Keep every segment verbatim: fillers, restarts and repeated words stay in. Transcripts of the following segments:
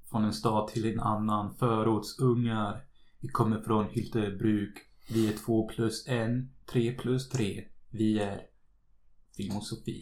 från en stad till en annan, förortsungar. Vi kommer från Hyltebruk. Vi är två plus en, tre plus tre. Vi är filosofi.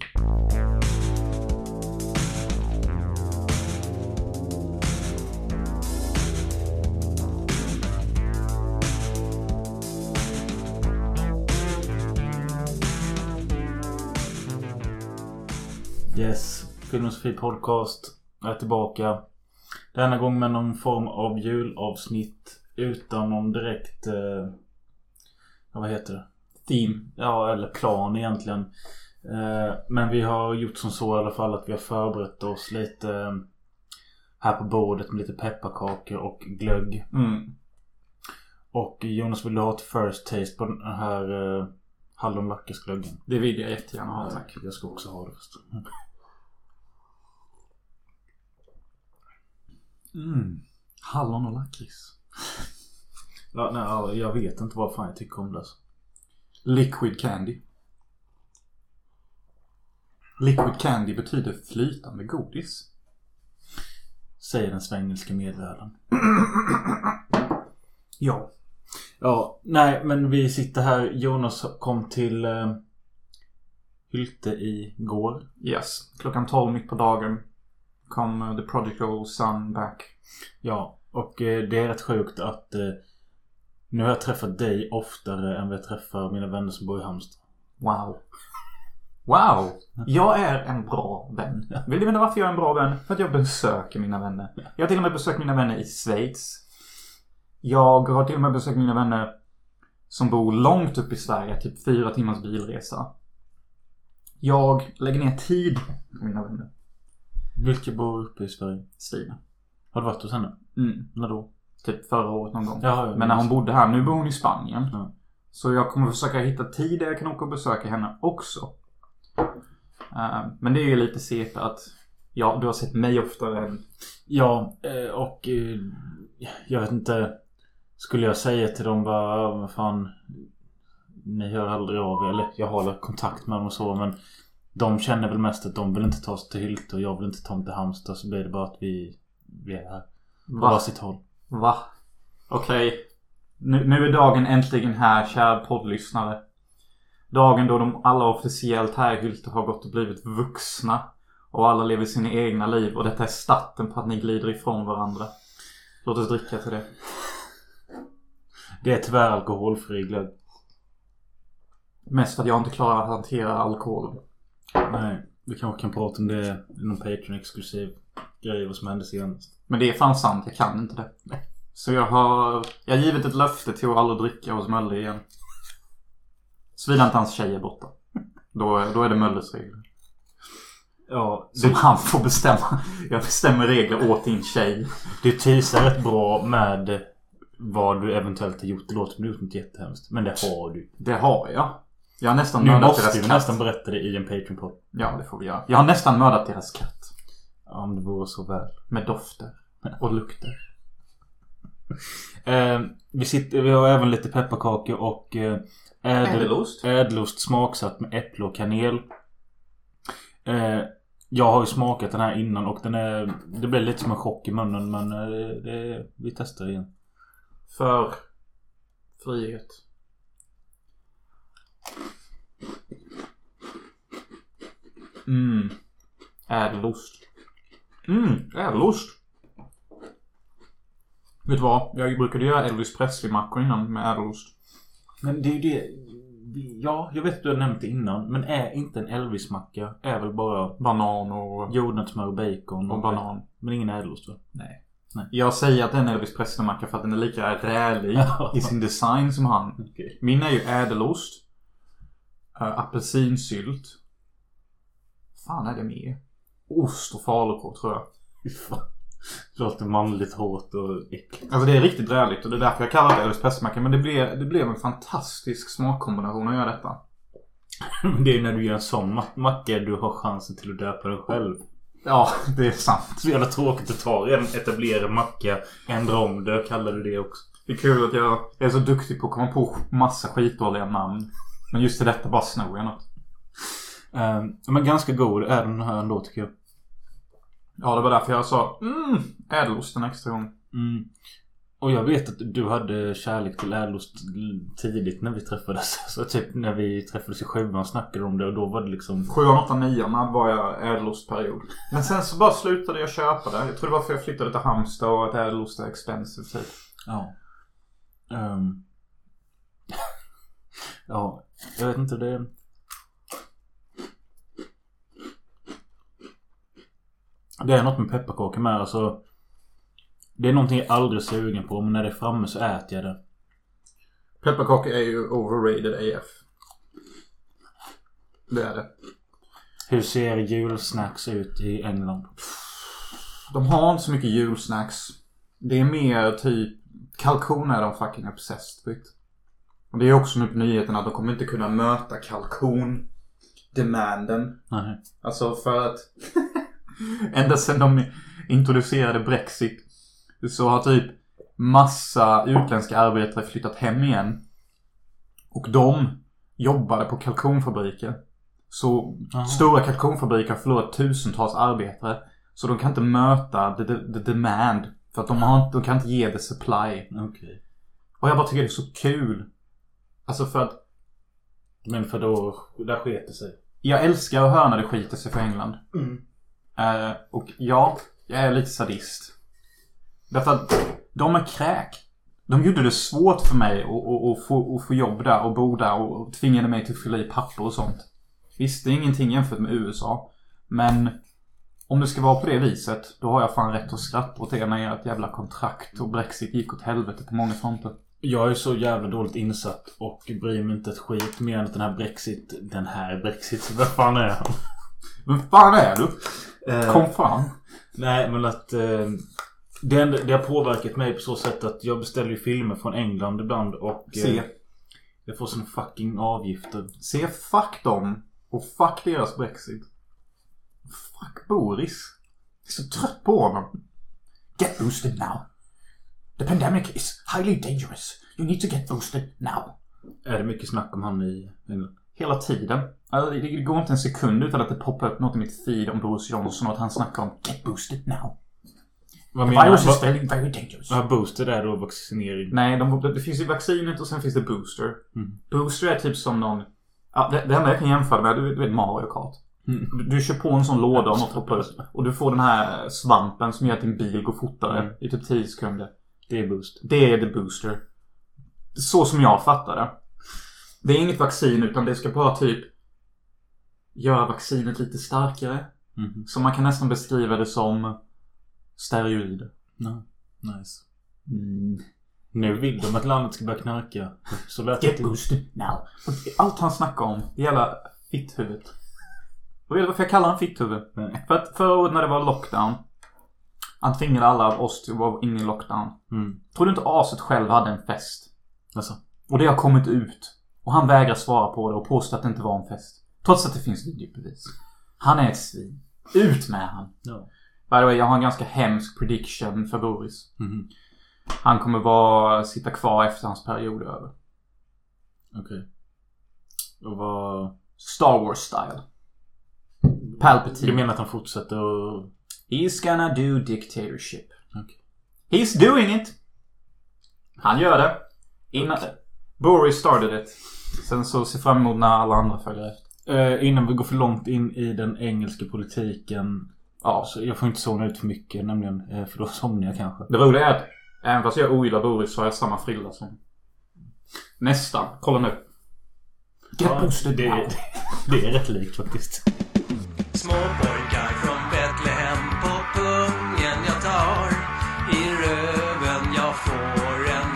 Yes, Filosofi podcast är tillbaka. Denna gång med någon form av julavsnitt utan någon direkt eh, vad heter det? Theme, ja, eller plan egentligen. Eh, men vi har gjort som så i alla fall att vi har förberett oss lite eh, här på bordet med lite pepparkakor och glögg. Mm. Och Jonas, vill du ha ett first taste på den här eh, hallonlakritsglöggen? Det vill jag jättegärna ha, tack. Jag ska också ha det först. Mm. Hallon och lakrits. Ja, nej, jag vet inte vad fan jag tycker om det. Liquid candy. Liquid candy betyder flytande godis, säger den svengelska medvärlden. Ja. Ja, nej, men vi sitter här. Jonas kom till eh, Hylte igår. Yes, klockan tolv mitt på dagen kom uh, the prodigal son back. Ja, och eh, det är rätt sjukt att eh, nu har jag träffat dig oftare än vi träffar mina vänner som bor i Halmstad. Wow. Wow. Jag är en bra vän. Vill du veta varför jag är en bra vän? För att jag besöker mina vänner. Jag har till och med besökt mina vänner i Schweiz. Jag har till och med besökt mina vänner som bor långt upp i Sverige, typ fyra timmars bilresa. Jag lägger ner tid på mina vänner. Vilka bor uppe i Sverige? Stina. Har du varit hos henne? Mm. När då? Typ förra året någon gång. Ja, men när hon bodde här, nu bor hon i Spanien. Ja. Så jag kommer försöka hitta tid där jag kan åka och besöka henne också. Uh, men det är ju lite segt att ja, du har sett mig oftare än... Ja, och jag vet inte. Skulle jag säga till dem bara, vad fan, ni hör aldrig av er. Eller jag håller kontakt med dem och så, men de känner väl mest att de vill inte ta oss till Hylte och jag vill inte ta dem till Halmstad. Så blir det bara att vi, vi är här på varsitt håll. Va? Okej. Okay. Nu, nu är dagen äntligen här, kära poddlyssnare. Dagen då de alla officiellt här i Hylte har gått och blivit vuxna. Och alla lever sina egna liv. Och detta är starten på att ni glider ifrån varandra. Låt oss dricka till det. Det är tyvärr alkoholfri glögg. Mest för att jag inte klarar att hantera alkohol. Nej, vi kanske kan prata om det i någon Patreon-exklusiv grej vad som hände senast. Men det är fan sant, jag kan inte det. Nej. Så jag har jag har givet ett löfte till att aldrig dricka hos Mölle igen. Såvida inte hans tjej är borta. Då, då är det Mölles regler. Ja, som han får bestämma. Jag bestämmer regler åt din tjej. Du teasar rätt bra med vad du eventuellt har gjort. Det låter som du gjort något jättehemskt. Men det har du. Det har jag. Jag har nästan nu mördat måste deras du katt. nästan berätta det i en Patreon-podd. Ja, det får vi göra. Jag har nästan mördat deras katt. Ja, om det vore så väl. Med dofter och lukter. eh, vi, sitter, vi har även lite pepparkakor och eh, ädel, ädelost. ädelost smaksatt med äpple och kanel. Eh, jag har ju smakat den här innan och den är, det blir lite som en chock i munnen, men eh, det, vi testar igen. För frihet. Mm. Ädelost. Mm, ädelost. Vet du vad? Jag brukade göra Elvis Presley-mackor innan med ädelost. Men det är ju det. Ja, jag vet att du har nämnt det innan. Men är inte en Elvis-macka är väl bara banan och jordnötssmör och bacon och, och banan. Men ingen ädelost, va? Nej. Nej. Jag säger att det är en Elvis Presley-macka för att den är lika rälig i sin design som han. Okay. Min är ju ädelost. Äh, apelsinsylt. Fan är det med? Ost och falukorv tror jag. Det låter manligt hårt och äckligt. Alltså det är riktigt räligt och det är därför jag kallar det Elvis Presley-macka. Men det blev, det blev en fantastisk smakkombination att göra detta. Det är ju när du gör en sån macka du har chansen till att döpa dig själv. Ja, det är sant. Så jävla tråkigt att ta en etablerad macka, ändra om det, kallar du det också. Det är kul att jag är så duktig på att komma på massa skitdåliga namn. Men just i detta bara snor jag något. Um, men ganska god är den här ändå, tycker jag. Ja, det var därför jag sa mm, ädelost en extra gång. Mm. Och jag vet att du hade kärlek till ädelost tidigt när vi träffades. Så typ när vi träffades i sjuan snackade om det. Och då var det liksom... Sjuan, åtta, nian var jag ädelostperiod. Men sen så bara slutade jag köpa det. Jag tror det var för jag flyttade till Halmstad och att ädelost är expensive typ. Ja. Um... ja, jag vet inte det... Det är något med pepparkakor med. Alltså, det är någonting jag aldrig är sugen på. Men när det är framme så äter jag det. Pepparkakor är ju overrated A F. Det är det. Hur ser julsnacks ut i England? De har inte så mycket julsnacks. Det är mer typ... Kalkon är de fucking obsessed with. Och det är också nu på nyheten att de kommer inte kunna möta kalkon demanden. Nej. Alltså för att... ända sedan de introducerade Brexit så har typ massa utländska arbetare flyttat hem igen. Och de jobbade på kalkonfabriker. Så Aha. Stora kalkonfabriker har förlorat tusentals arbetare. Så de kan inte möta the, the, the demand. För att de, har, de kan inte ge the supply. Okay. Och jag bara tycker det är så kul. Alltså för att... Men för då, där sket det sig. Jag älskar att höra när det skiter sig för England. Mm. Uh, och ja, jag är lite sadist. Därför att de är kräk. De gjorde det svårt för mig att, att, att, få, att få jobb där och bo där och tvingade mig till att fylla i papper och sånt. Visst, det är ingenting jämfört med U S A. Men om det ska vara på det viset, då har jag fan rätt att skratta åt det när jag har ett jävla kontrakt och Brexit gick åt helvete på många fronter. Jag är så jävla dåligt insatt och bryr mig inte ett skit mer än att den här Brexit, den här Brexit, vad fan är han? Vad fan är du? Eh, Kom fan. Nej, men att eh, det, det har påverkat mig på så sätt att jag beställer ju filmer från England ibland och Se. Eh, jag får såna fucking avgifter. Se, fuck dem och fuck deras Brexit. Fuck Boris. Jag är så trött på honom. Get boosted now. The pandemic is highly dangerous. You need to get boosted now. Är det mycket snack om han i England? Hela tiden. Alltså, det går inte en sekund utan att det poppar upp något i mitt feed om Boris Johnson och att han snackar om get boosted now. Vad The menar virus du? is very, very dangerous. Vad booster är då vaccinering? Nej, de, det finns ju vaccinet och sen finns det booster. Mm. Booster är typ som någon... Ja, det, det enda jag kan jämföra med, du vet Mario Kart. Mm. Du, du kör på en sån låda och något hoppar ut. Och du får den här svampen som gör att din bil går fortare mm. i typ tio sekunder. Det är boost. Det är the booster. Så som jag fattar det. Det är inget vaccin utan det ska bara typ göra vaccinet lite starkare. Mm. Så man kan nästan beskriva det som steroider. No. Nice. Mm. Nu vill de att landet ska börja knarka. Så lät Get det boosted now. Allt han snackar om, det gäller fitthuvudet. Och vet du varför jag kallar han fitthuvud? Nej. För att förra året när det var lockdown, han tvingade alla av oss till att vara inne i lockdown. Mm. Tror du inte aset själv hade en fest? Alltså. Och det har kommit ut. Och han vägrar svara på det och påstår att det inte var en fest. Trots att det finns videobevis. Han är ett svin. Ut med han. No. By the way, jag har en ganska hemsk prediction för Boris. Mm. Han kommer bara sitta kvar efter hans period över. Okej. Okay. Och vad... Star Wars style. Palpatine. Du menar att han fortsätter och... He's gonna do dictatorship. Okay. He's doing it. Han gör det. Innan... Okay. Boris started it. Sen så ser fram emot när alla andra följer efter. Eh, innan vi går för långt in i den engelska politiken. Ja, så jag får inte somna ut för mycket nämligen. Eh, för då somnar jag kanske. Det roliga är att även fast jag ogillar Boris så har jag samma frilla som... Nästan. Kolla nu. Get ja, boosted det, now. det, det är rätt likt faktiskt. Små pojkar från Betlehem på pungen jag tar. I röven jag får en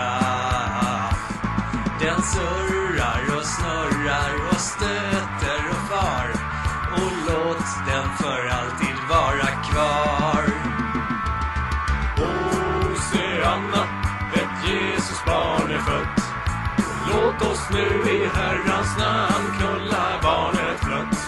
attraff. Den surrar och snurrar och stöter och far. Och låt den för alltid vara kvar. Oceana, ett Jesusbarn är fött. Låt oss nu i Herrans namn knulla barnet flött.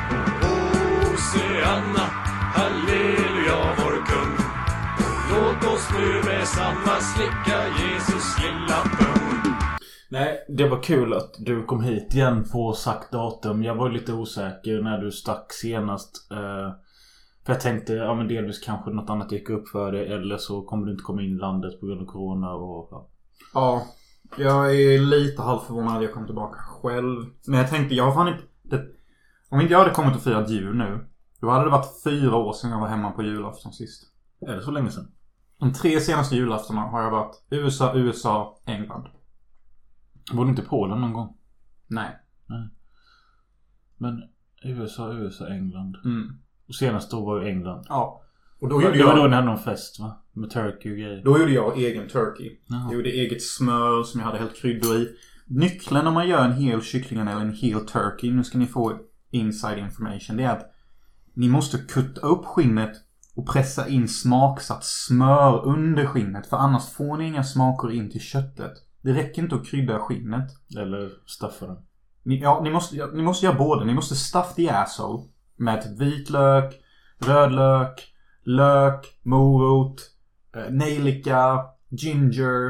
Oceana, halleluja vår kung. Låt oss nu med samma slicka Jesus lilla pung. Nej, det var kul att du kom hit igen på sagt datum. Jag var lite osäker när du stack senast. För jag tänkte, ja men delvis kanske något annat gick upp för det. Eller så kommer du inte komma in i landet på grund av corona och ja. Ja, jag är lite halvförvånad att jag kom tillbaka själv. Men jag tänkte, jag har fan inte... Det, om inte jag hade kommit och firat jul nu, då hade det varit fyra år sedan jag var hemma på julafton sist. Är det så länge sedan? De tre senaste julaftorna har jag varit U S A, U S A, England. Var du inte i Polen någon gång? Nej. Nej. Men U S A, U S A, England. Mm. Och senast då var ju England. Ja. Och då Och gjorde det var jag... då ni hade någon fest va? Med turkey och grejer. Då gjorde jag egen turkey. Jaha. Jag gjorde eget smör som jag hade helt kryddor i. Nyckeln om man gör en hel kyckling eller en hel turkey, nu ska ni få inside information, det är att ni måste kutta upp skinnet och pressa in smaksatt smör under skinnet. För annars får ni inga smaker in till köttet. Det räcker inte att krydda skinnet. Eller staffa den. Ni, ja, ni måste, ni måste göra båda. Ni måste stuff the asshole med typ vitlök, rödlök, lök, morot, eh, nejlika, ginger,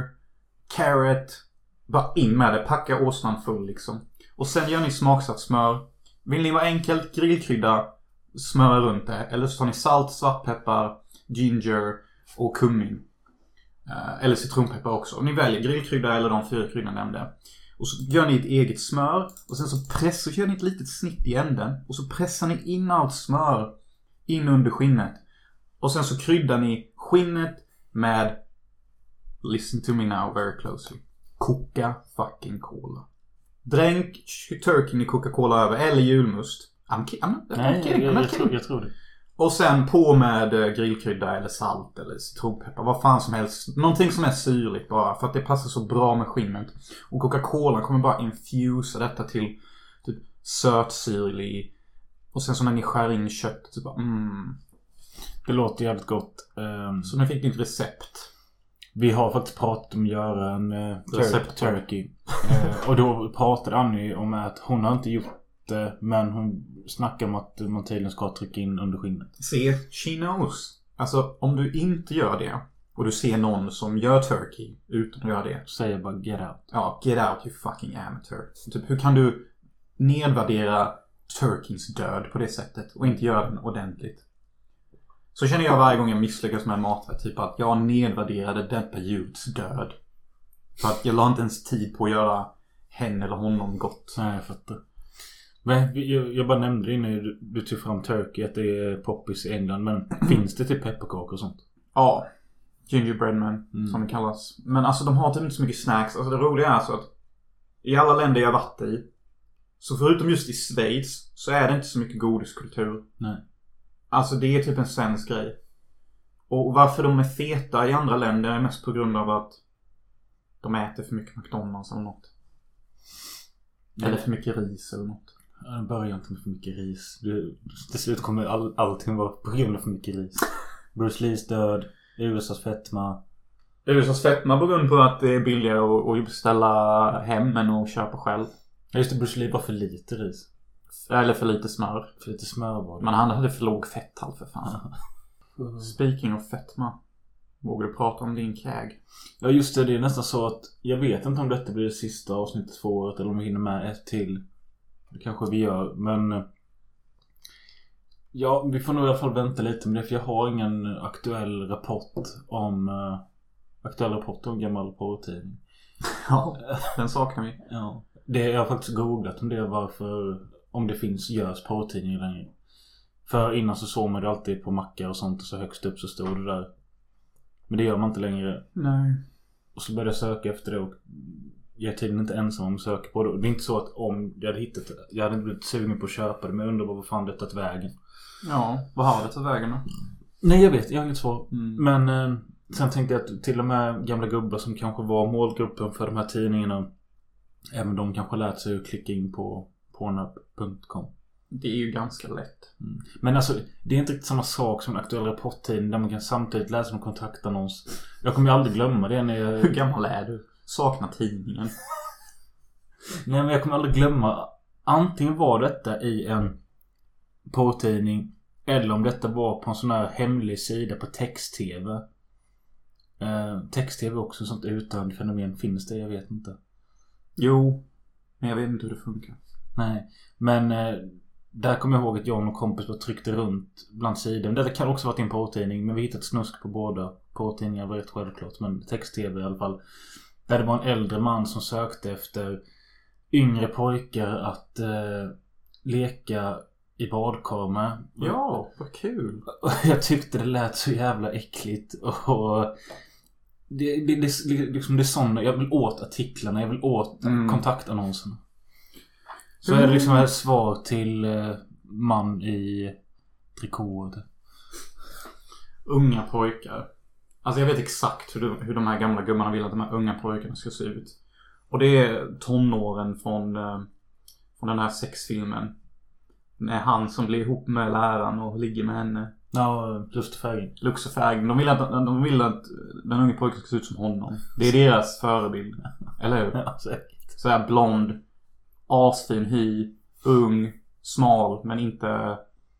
carrot. Bara in med det. Packa åsnan full liksom. Och sen gör ni smaksatt smör. Vill ni vara enkelt grillkrydda, smöra runt det. Eller så tar ni salt, svartpeppar, ginger och kummin. Eh, eller citronpeppar också. Om ni väljer grillkrydda eller de fyra kryddorna nämnde. Och så gör ni ett eget smör. Och sen så pressar, så gör ni ett litet snitt i änden. Och så pressar ni in allt smör in under skinnet. Och sen så kryddar ni skinnet med, listen to me now very closely, Coca fucking cola. Dränk turkey i Coca-Cola över. Eller julmust. I'm, ki- I'm, I'm Nej, kidding. jag, I'm jag, not tror, kidding. jag tror det. Och sen på med eh, grillkrydda eller salt eller citronpeppar. Vad fan som helst. Någonting som är syrligt bara. För att det passar så bra med skinnet. Och Coca-Cola kommer bara infusa detta till typ sötsyrlig. Och sen så när ni skär in köttet så bara mm. Det låter jävligt gott. Um, Så nu fick ni ett recept. vi har faktiskt pratat om att göra en uh, tur- Recept. turkey. uh, och då pratade Annie om att hon har inte gjort det. Men hon snackar om att man tydligen ska trycka in under skinnet. Se, she knows. Alltså om du inte gör det och du ser någon som gör turkey utan att göra det. Så säger jag bara get out. Ja, get out you fucking amateur. Typ hur kan du nedvärdera turkeys död på det sättet och inte göra den ordentligt? Så känner jag varje gång jag misslyckas med maträtt. Typ att jag nedvärderade detta djurs död. För att jag la inte ens tid på att göra henne eller honom gott. Nej, jag fattar. Men jag, jag bara nämnde det när du, du tog fram turkey att det är poppis i England. Men finns det typ pepparkakor och sånt? Ja, gingerbreadmen Mm. som det kallas. Men alltså de har typ inte så mycket snacks. Alltså det roliga är så att i alla länder jag varit i, så förutom just i Schweiz, så är det inte så mycket godiskultur. Nej. Alltså det är typ en svensk grej. Och varför de är feta i andra länder är mest på grund av att de äter för mycket McDonalds eller något. Ja. Eller för mycket ris eller något. Jag börjar inte med för mycket ris. Du, till slut kommer all, allting vara på grund av för mycket ris. Bruce Lees död. U S A:s fetma. U S A:s fetma på grund på att det är billigare att, att beställa hem än att köpa själv. Ja, just det, Bruce Lee var för lite ris. Eller för lite smör. För lite smör var det. Men han hade för låg fetthalt för fan. Speaking of fetma. Vågar du prata om din käg? Ja just det, det är nästan så att jag vet inte om detta blir det sista avsnittet för året eller om vi hinner med ett till. Det kanske vi gör, men ja, vi får nog i alla fall vänta lite med det, för jag har ingen aktuell rapport om uh, aktuell rapport om gammal porrtidning. Ja, den saknar vi. Ja, det jag har faktiskt googlat om det, varför, om det finns görs porrtidningar längre. För innan så såg man det alltid på mackar och sånt, och så högst upp så stod det där. Men det gör man inte längre. Nej. Och så började jag söka efter det, och jag är tydligen inte ensam om att söka på det. Det är inte så att om jag hade hittat det, jag hade inte blivit sugen på att köpa det, men jag undrar vad fan det tagit vägen. Ja, vad har det tagit vägen då? Nej, jag vet, jag har inget svar. Mm. Men eh, sen tänkte jag att till och med gamla gubbar som kanske var målgruppen för de här tidningarna, även de kanske lärt sig att klicka in på pornhub punkt com. Det är ju ganska lätt. Mm. Men alltså, det är inte riktigt samma sak som en aktuell rapporttidning där man kan samtidigt läsa en kontaktannons. Jag kommer ju aldrig glömma det när jag... Hur gammal är du? Saknar tidningen. Nej, men jag kommer aldrig glömma. Antingen var detta i en porrtidning, eller om detta var på en sån här hemlig sida på text-tv. Eh, text-tv också, ett sånt utan fenomen. Finns det? Jag vet inte. Jo, men jag vet inte hur det funkar. Nej, men eh, Där kommer jag ihåg att jag och en kompis bara tryckte runt bland sidor. Det kan också varit en porrtidning, men vi hittade snusk på båda. Porrtidningar var rätt självklart, men text-tv i alla fall. Där det var en äldre man som sökte efter yngre pojkar att eh, leka i badkar med. Ja, vad kul. Och jag tyckte det lät så jävla äckligt. Och det, det, det, liksom det är sådana, jag vill åt artiklarna, jag vill åt mm. kontaktannonserna. Så mm. är det liksom ett svar till eh, man i trikåer. Unga pojkar. Alltså jag vet exakt hur, de, hur de här gamla gummarna vill att de här unga pojkarna ska se ut. Och det är tonåren från, eh, från den här sexfilmen. Med han som blir ihop med läraren och ligger med henne. Ja, Lust och färg. Lux och färg. De vill att, de vill att den unga pojken ska se ut som honom. Det är deras förebild. Eller hur? Ja, säkert. Så här blond, asfin hy, ung, smal, men inte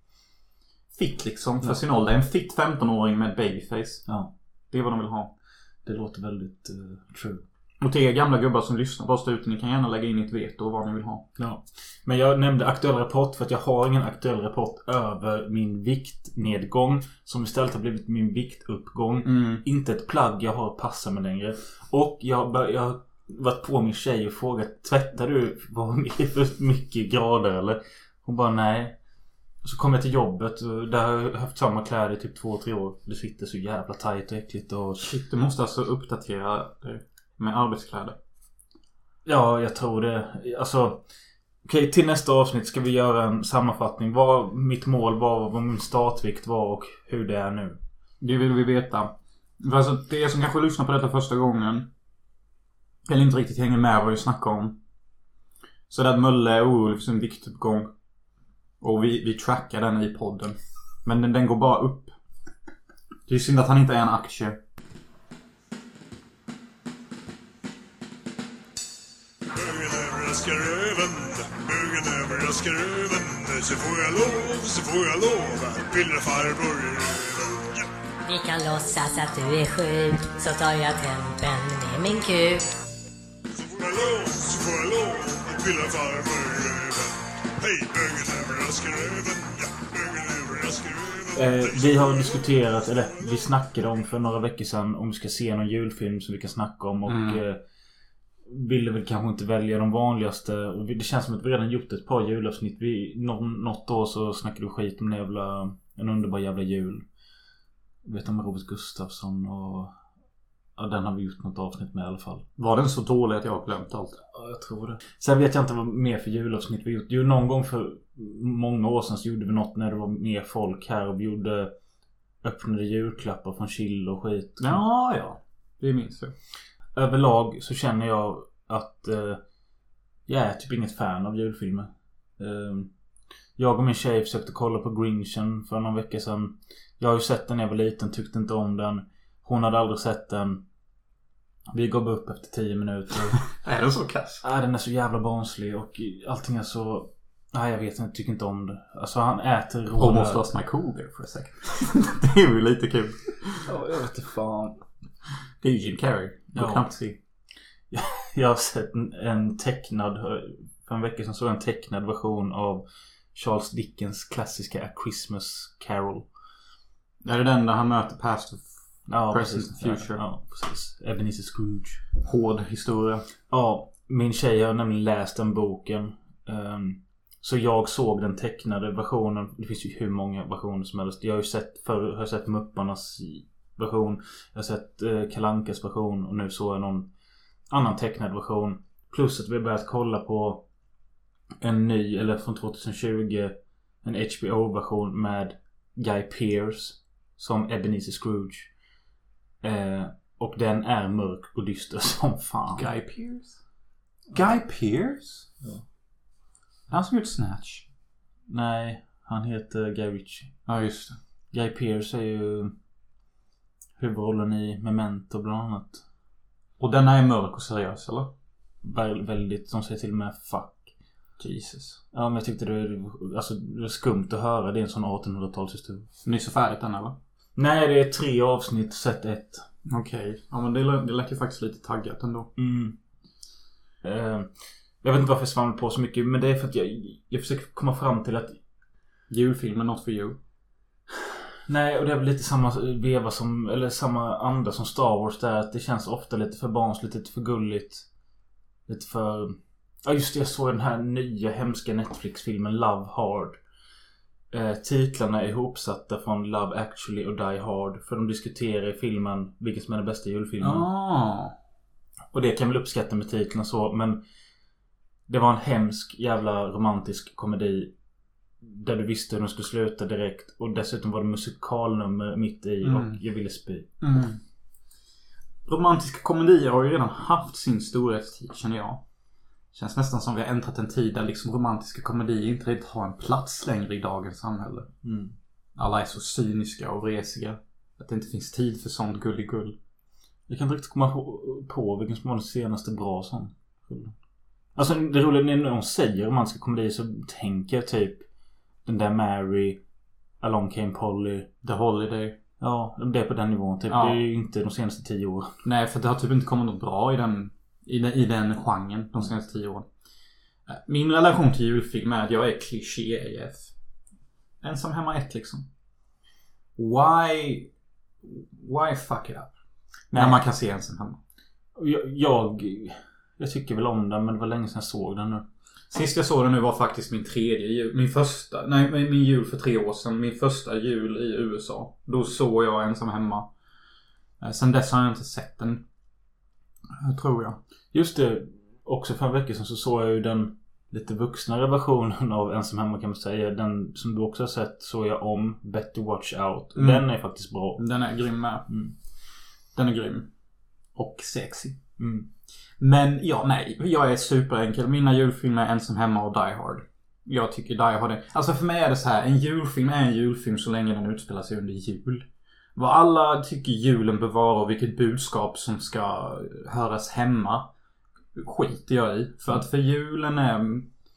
fitt liksom för ja. sin ålder. En fitt femtonåring med babyface. Ja. Det är vad de vill ha. Det låter väldigt uh, true. Och till er gamla gubbar som lyssnar på oss ute, ni kan gärna lägga in ett veto vad ni vill ha. Ja. Men jag nämnde aktuell rapport för att jag har ingen aktuell rapport över min viktnedgång som istället har blivit min viktuppgång. Mm. Inte ett plagg jag har passat med längre. Och jag, bör, jag har varit på min tjej och frågat, tvättar du för mycket grader eller? Hon bara nej. Och så kom jag till jobbet och där har jag haft samma kläder i typ två, tre år. Det sitter så jävla tajt och äckligt. Och... Shit, du måste alltså uppdatera det med arbetskläder. Ja, jag tror det. Alltså, okej, okay, till nästa avsnitt ska vi göra en sammanfattning. Vad mitt mål var, vad min startvikt var och hur det är nu. Det vill vi veta. För alltså, det som kanske lyssnar på detta första gången eller inte riktigt hänger med vad vi snackar om. Så det att Mölle är orolig för sin viktuppgång. Och vi, vi trackar den i podden. Men den, den går bara upp. Det är synd att han inte är en aktie. Bögen överraskar röven, bögen överraskar röven. Så får jag lov, så får jag lov att pillra farbror i röven. Vi kan låtsas att du är sjuk, så tar jag tempen med min kuk. Så får jag lov, så får jag lov att pillra farbror i röven. Hej, bögen överraskar röven, ja, bögen överraskar röven. Eh, vi har diskuterat, eller vi snackade om för några veckor sedan om vi ska se någon julfilm som vi kan snacka om och mm. eh, ville väl kanske inte välja de vanligaste. Och det känns som att vi redan gjort ett par julavsnitt. Vi, någon, något år så snackade du skit om en jävla, en underbar jävla jul. Jag vet om Robert Gustafsson och ja, den har vi gjort något avsnitt med i alla fall. Var den så dålig att jag har glömt allt? Ja, jag tror det. Sen vet jag inte vad mer för julavsnitt vi gjort. Jo, någon gång för många år sedan så gjorde vi något när det var mer folk här och vi gjorde öppnade julklappar från chill och skit. Ja, ja. Det minns jag. Överlag så känner jag att eh, jag är typ inget fan av julfilmer. Eh, jag och min tjej försökte kolla på Grinchen för någon vecka sedan. Jag har ju sett den när jag var liten, tyckte inte om den. Hon hade aldrig sett den. Vi gav upp efter tio minuter. Är den så kass? Ja, den är så jävla barnslig och allting är så... Nej, jag vet inte, tycker inte om det. Alltså han äter råd. Almost lost my cool there for a second. Det är ju lite kul. Ja, jag vet inte fan. Det är ju Jim Carrey. Jag kan inte se. Jag har sett en, en tecknad... För en vecka sedan såg jag en tecknad version av Charles Dickens klassiska A Christmas Carol. Är det den där han möter past of ja, present precis. future? Ja, precis. Ebenezer Scrooge. Hård historia. Ja, min tjej har nämligen läst den boken. Um, så jag såg den tecknade versionen. Det finns ju hur många versioner som helst. Jag har ju sett, för, har sett Mupparnas version. Jag har sett uh, Kalle Ankas version. Och nu såg jag någon annan tecknad version. Plus att vi har börjat kolla på en ny, eller från tjugohundratjugo, en H B O-version med Guy Pearce som Ebenezer Scrooge. Eh, och den är mörk och dyster som fan. Guy Pearce? Guy Pearce? Ja. Han som gjort Snatch? Nej, han heter Guy Ritchie. Ja, just det. Guy Pearce är ju huvudrollen i Memento bland annat. Och den är mörk och seriös, eller? Vä- väldigt, de säger till och med fuck. Jesus. Ja, men jag tyckte det var, alltså, det var skumt att höra. Det är en sån artonhundratalshistoria. Ni är så färdigt den, eller? Nej, det är tre avsnitt, sett ett. Okej. Okay. Ja, men det, det lät ju faktiskt lite taggat ändå. Mm. Uh, jag vet inte varför jag svamlar på så mycket. Men det är för att jag, jag försöker komma fram till att Julfilmen Not For You. Nej, och det är väl lite samma veva som, eller samma anda som Star Wars där, att det känns ofta lite för barnsligt, lite för gulligt. Lite för... Ja just det, jag såg den här nya hemska Netflix-filmen Love Hard. Eh, titlarna är ihopsatta från Love Actually och Die Hard. För de diskuterar i filmen vilken som är den bästa julfilmen. Ah. Och det kan väl uppskatta med titeln och så, men det var en hemsk jävla romantisk komedi där du visste hur de skulle sluta direkt. Och dessutom var det musikalnummer mitt i mm. och jag ville spy. Mm. Romantiska komedier har ju redan haft sin storhetstid, känner jag. Känns nästan som vi har äntrat en tid där liksom romantiska komedier inte riktigt har en plats längre i dagens samhälle. Mm. Alla är så cyniska och vresiga att det inte finns tid för sånt gulligull. Jag kan inte riktigt komma på, på vilken som var den senaste bra sån. Alltså det roliga när de säger romantiska komedier så tänker jag typ den där Mary, Along Came Polly, The Holiday. Ja, det är på den nivån typ. Ja. Det är ju inte de senaste tio åren. Nej, för det har typ inte kommit något bra i den I den, I den genren de senaste tio åren. Min relation till julfilm är att jag är kliché A F. Ensam hemma ett liksom. Why Why fuck it up? Nej. När man kan se ensam hemma. Jag, jag Jag tycker väl om den, men det var länge sedan jag såg den nu. Sist jag såg den nu var faktiskt min tredje jul. Min första, nej min jul för tre år sedan. Min första jul i U S A. Då såg jag ensam hemma. Sen dess har jag inte sett den. Tror jag. Just det, också för en vecka sedan så såg jag ju den lite vuxnare versionen av Ensam hemma kan man säga. Den som du också har sett såg jag om Better Watch Out. Mm. Den är faktiskt bra. Den är grym med. Mm. Den är grym. Och sexy. Mm. Men ja, nej. Jag är superenkel. Mina julfilmer är Ensam hemma och Die Hard. Jag tycker Die Hard är... Alltså för mig är det så här. En julfilm är en julfilm så länge den utspelar sig under jul. Vad alla tycker julen bör vara och vilket budskap som ska höras hemma skiter jag i. För att för julen är...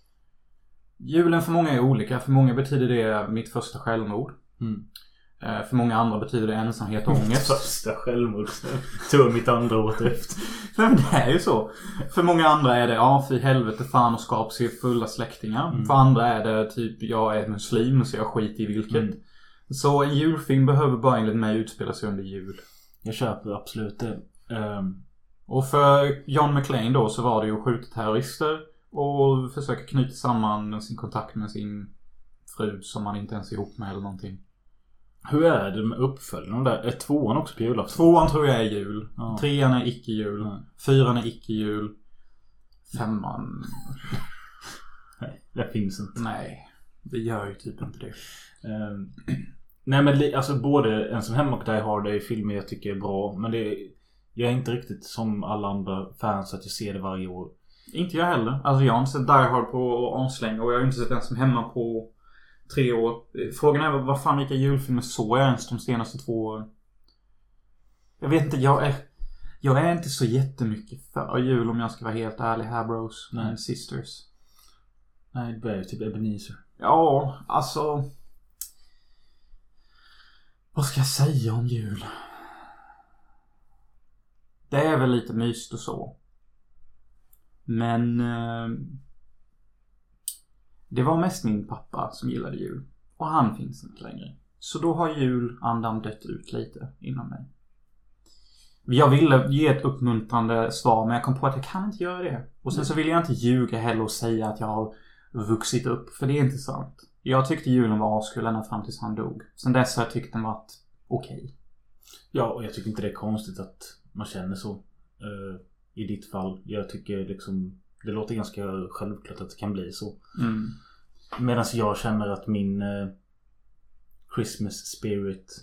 Julen för många är olika. För många betyder det mitt första självmord. Mm. För många andra betyder det ensamhet och ångest. Första självmord. Tog mitt andra året efter. Nej men det är ju så. För många andra är det, ja för helvete fan och skap sig fulla släktingar. Mm. För andra är det typ, jag är muslim så jag skiter i vilket. Mm. Så en julfilm behöver bara enligt mig utspela sig under jul. Jag köper absolut det. Um... Och för John McClane då så var det ju att skjuta terrorister och försöka knyta samman sin kontakt med sin fru som man inte ens är ihop med eller någonting. Hur är det med uppföljningen där? Är tvåan också på julafton? Tvåan tror jag är jul. Ja. Trean är icke-jul. Mm. Fyran är icke-jul. Femman... Nej, det finns inte. Nej, det gör ju typ inte det. Um... Nej men alltså både Ensam hemma och Die Hard är filmer jag tycker är bra. Men det är, jag är inte riktigt som alla andra fans att jag ser det varje år. Inte jag heller. Alltså jag har inte sett Die Hard på anslänga och jag har inte sett Ensam hemma på tre år. Frågan är vad fan vilka julfilmer såg jag ens de senaste två åren. Jag vet inte, jag är jag är inte så jättemycket för jul om jag ska vara helt ärlig här bros. Nej. And sisters. Nej, det är typ Ebenezer. Ja, alltså... Vad ska jag säga om jul? Det är väl lite myst och så. Men... Eh, det var mest min pappa som gillade jul. Och han finns inte längre. Så då har julandan dött ut lite inom mig. Jag ville ge ett uppmuntrande svar, men jag kom på att jag kan inte göra det. Och sen så vill jag inte ljuga heller och säga att jag har vuxit upp. För det är inte sant. Jag tyckte julen var askul ända fram tills han dog. Sen dess har jag tyckt den varit okej. Okay. Ja, och jag tycker inte det är konstigt att man känner så. Uh, I ditt fall. Jag tycker liksom... Det låter ganska självklart att det kan bli så. Mm. Medan jag känner att min uh, Christmas spirit...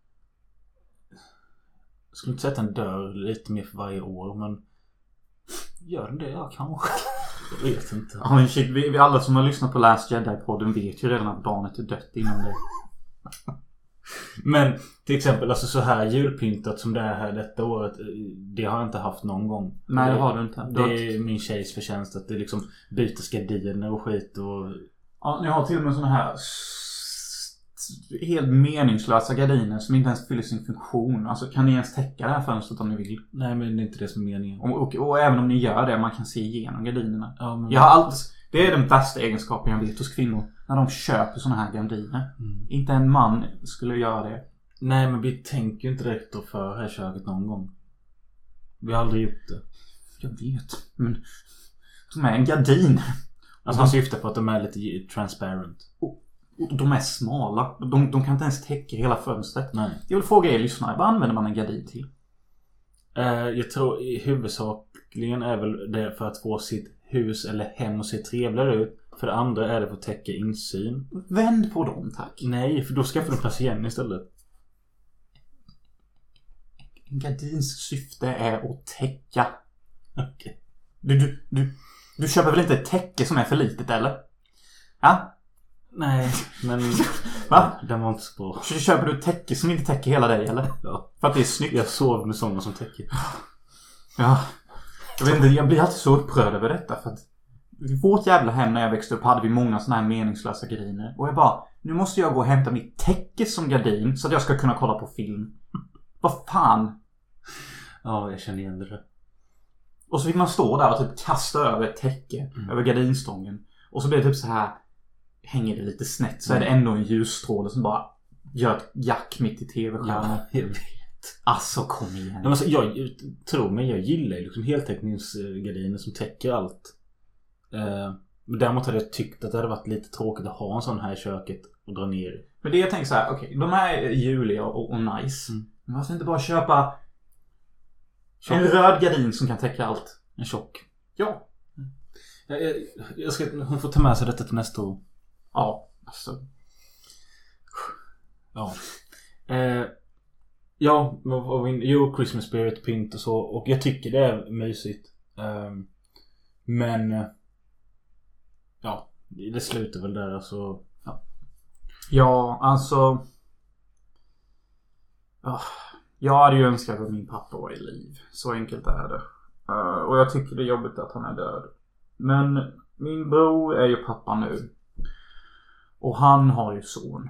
Jag skulle inte säga att den dör lite mer för varje år, men... Gör den det? Ja, kanske. Jag vet inte. Ja, men shit, vi, vi alla som har lyssnat på Last Jedi-podden vet ju redan att barnet är dött inom det. Men till exempel alltså så här julpyntat som det är här detta året, det har jag inte haft någon gång. Nej, det har du inte. Det är min tjejs förtjänst att det liksom byter gardiner och skit och... Ja, ni har till och med såna här helt meningslösa gardiner som inte ens fyller sin funktion. Alltså kan ni ens täcka det här fönstret om ni vill? Nej, men det är inte det som är meningen. Och, och, och även om ni gör det, man kan se igenom gardinerna. Ja, men... Jag har alltid... Det är den bästa egenskapen jag vet hos kvinnor. när de köper såna här gardiner. Mm. Inte en man skulle göra det. Nej, men vi tänker ju inte direkt då för här köket någon gång. Vi har aldrig gjort det. Jag vet, men de är en gardin. Alltså han syftar på att de är lite transparent. Och, och de är smala. De, de kan inte ens täcka hela fönstret. Nej. Jag vill fråga er lyssnare, vad använder man en gardin till? Uh, jag tror i huvudsakligen är väl det för att få sitt hus eller hem och se trevligare ut. För det andra är det för att täcka insyn. Vänd på dem, tack. Nej, för då skaffar du plats igen istället. En gardins syfte är att täcka. Okej. Okay. Du, du, du, du köper väl inte ett täcke som är för litet, eller? Ja? Nej, men... Va? Den var inte så bra. Så köper du ett täcke som inte täcker hela dig, eller? Ja. För att det är snyggt. Jag sov med sådana som täcker. Ja. Jag vet inte, jag blir alltid så upprörd över detta. För att i vårt jävla hem när jag växte upp hade vi många sådana här meningslösa gardiner. Och jag bara, nu måste jag gå och hämta mitt täcke som gardin så att jag ska kunna kolla på film. Vad fan? Ja, jag känner igen det. Och så fick man stå där och typ kasta över ett täcke mm. över gardinstången. Och så blir det typ så här, hänger det lite snett så mm. är det ändå en ljusstråle som bara gör ett jack mitt i tv-skärmen. Ja, jag vet. Alltså, kom igen. Men alltså, jag tror mig, jag gillar liksom heltäckningsgardiner som täcker allt. Uh, men däremot hade jag tyckt att det hade varit lite tråkigt att ha en sån här i köket och dra ner. Men det jag tänker så här, okej, okay, de här är juliga och, och nice. Mm. Men varför inte bara köpa tjock. En röd gardin som kan täcka allt? En tjock. Ja. Jag, jag, jag ska, hon får ta med sig detta till nästa år. Ja, alltså. Ja. Eh, ja, vad var vi? Jo, Christmas spirit, pynt och så. Och jag tycker det är mysigt. Eh, men ja, det slutar väl där. Alltså, ja. Ja, alltså oh, jag hade ju önskat att min pappa var i liv. Så enkelt är det. uh, Och jag tycker det är jobbigt att han är död. Men min bror är ju pappa nu. Och han har ju son.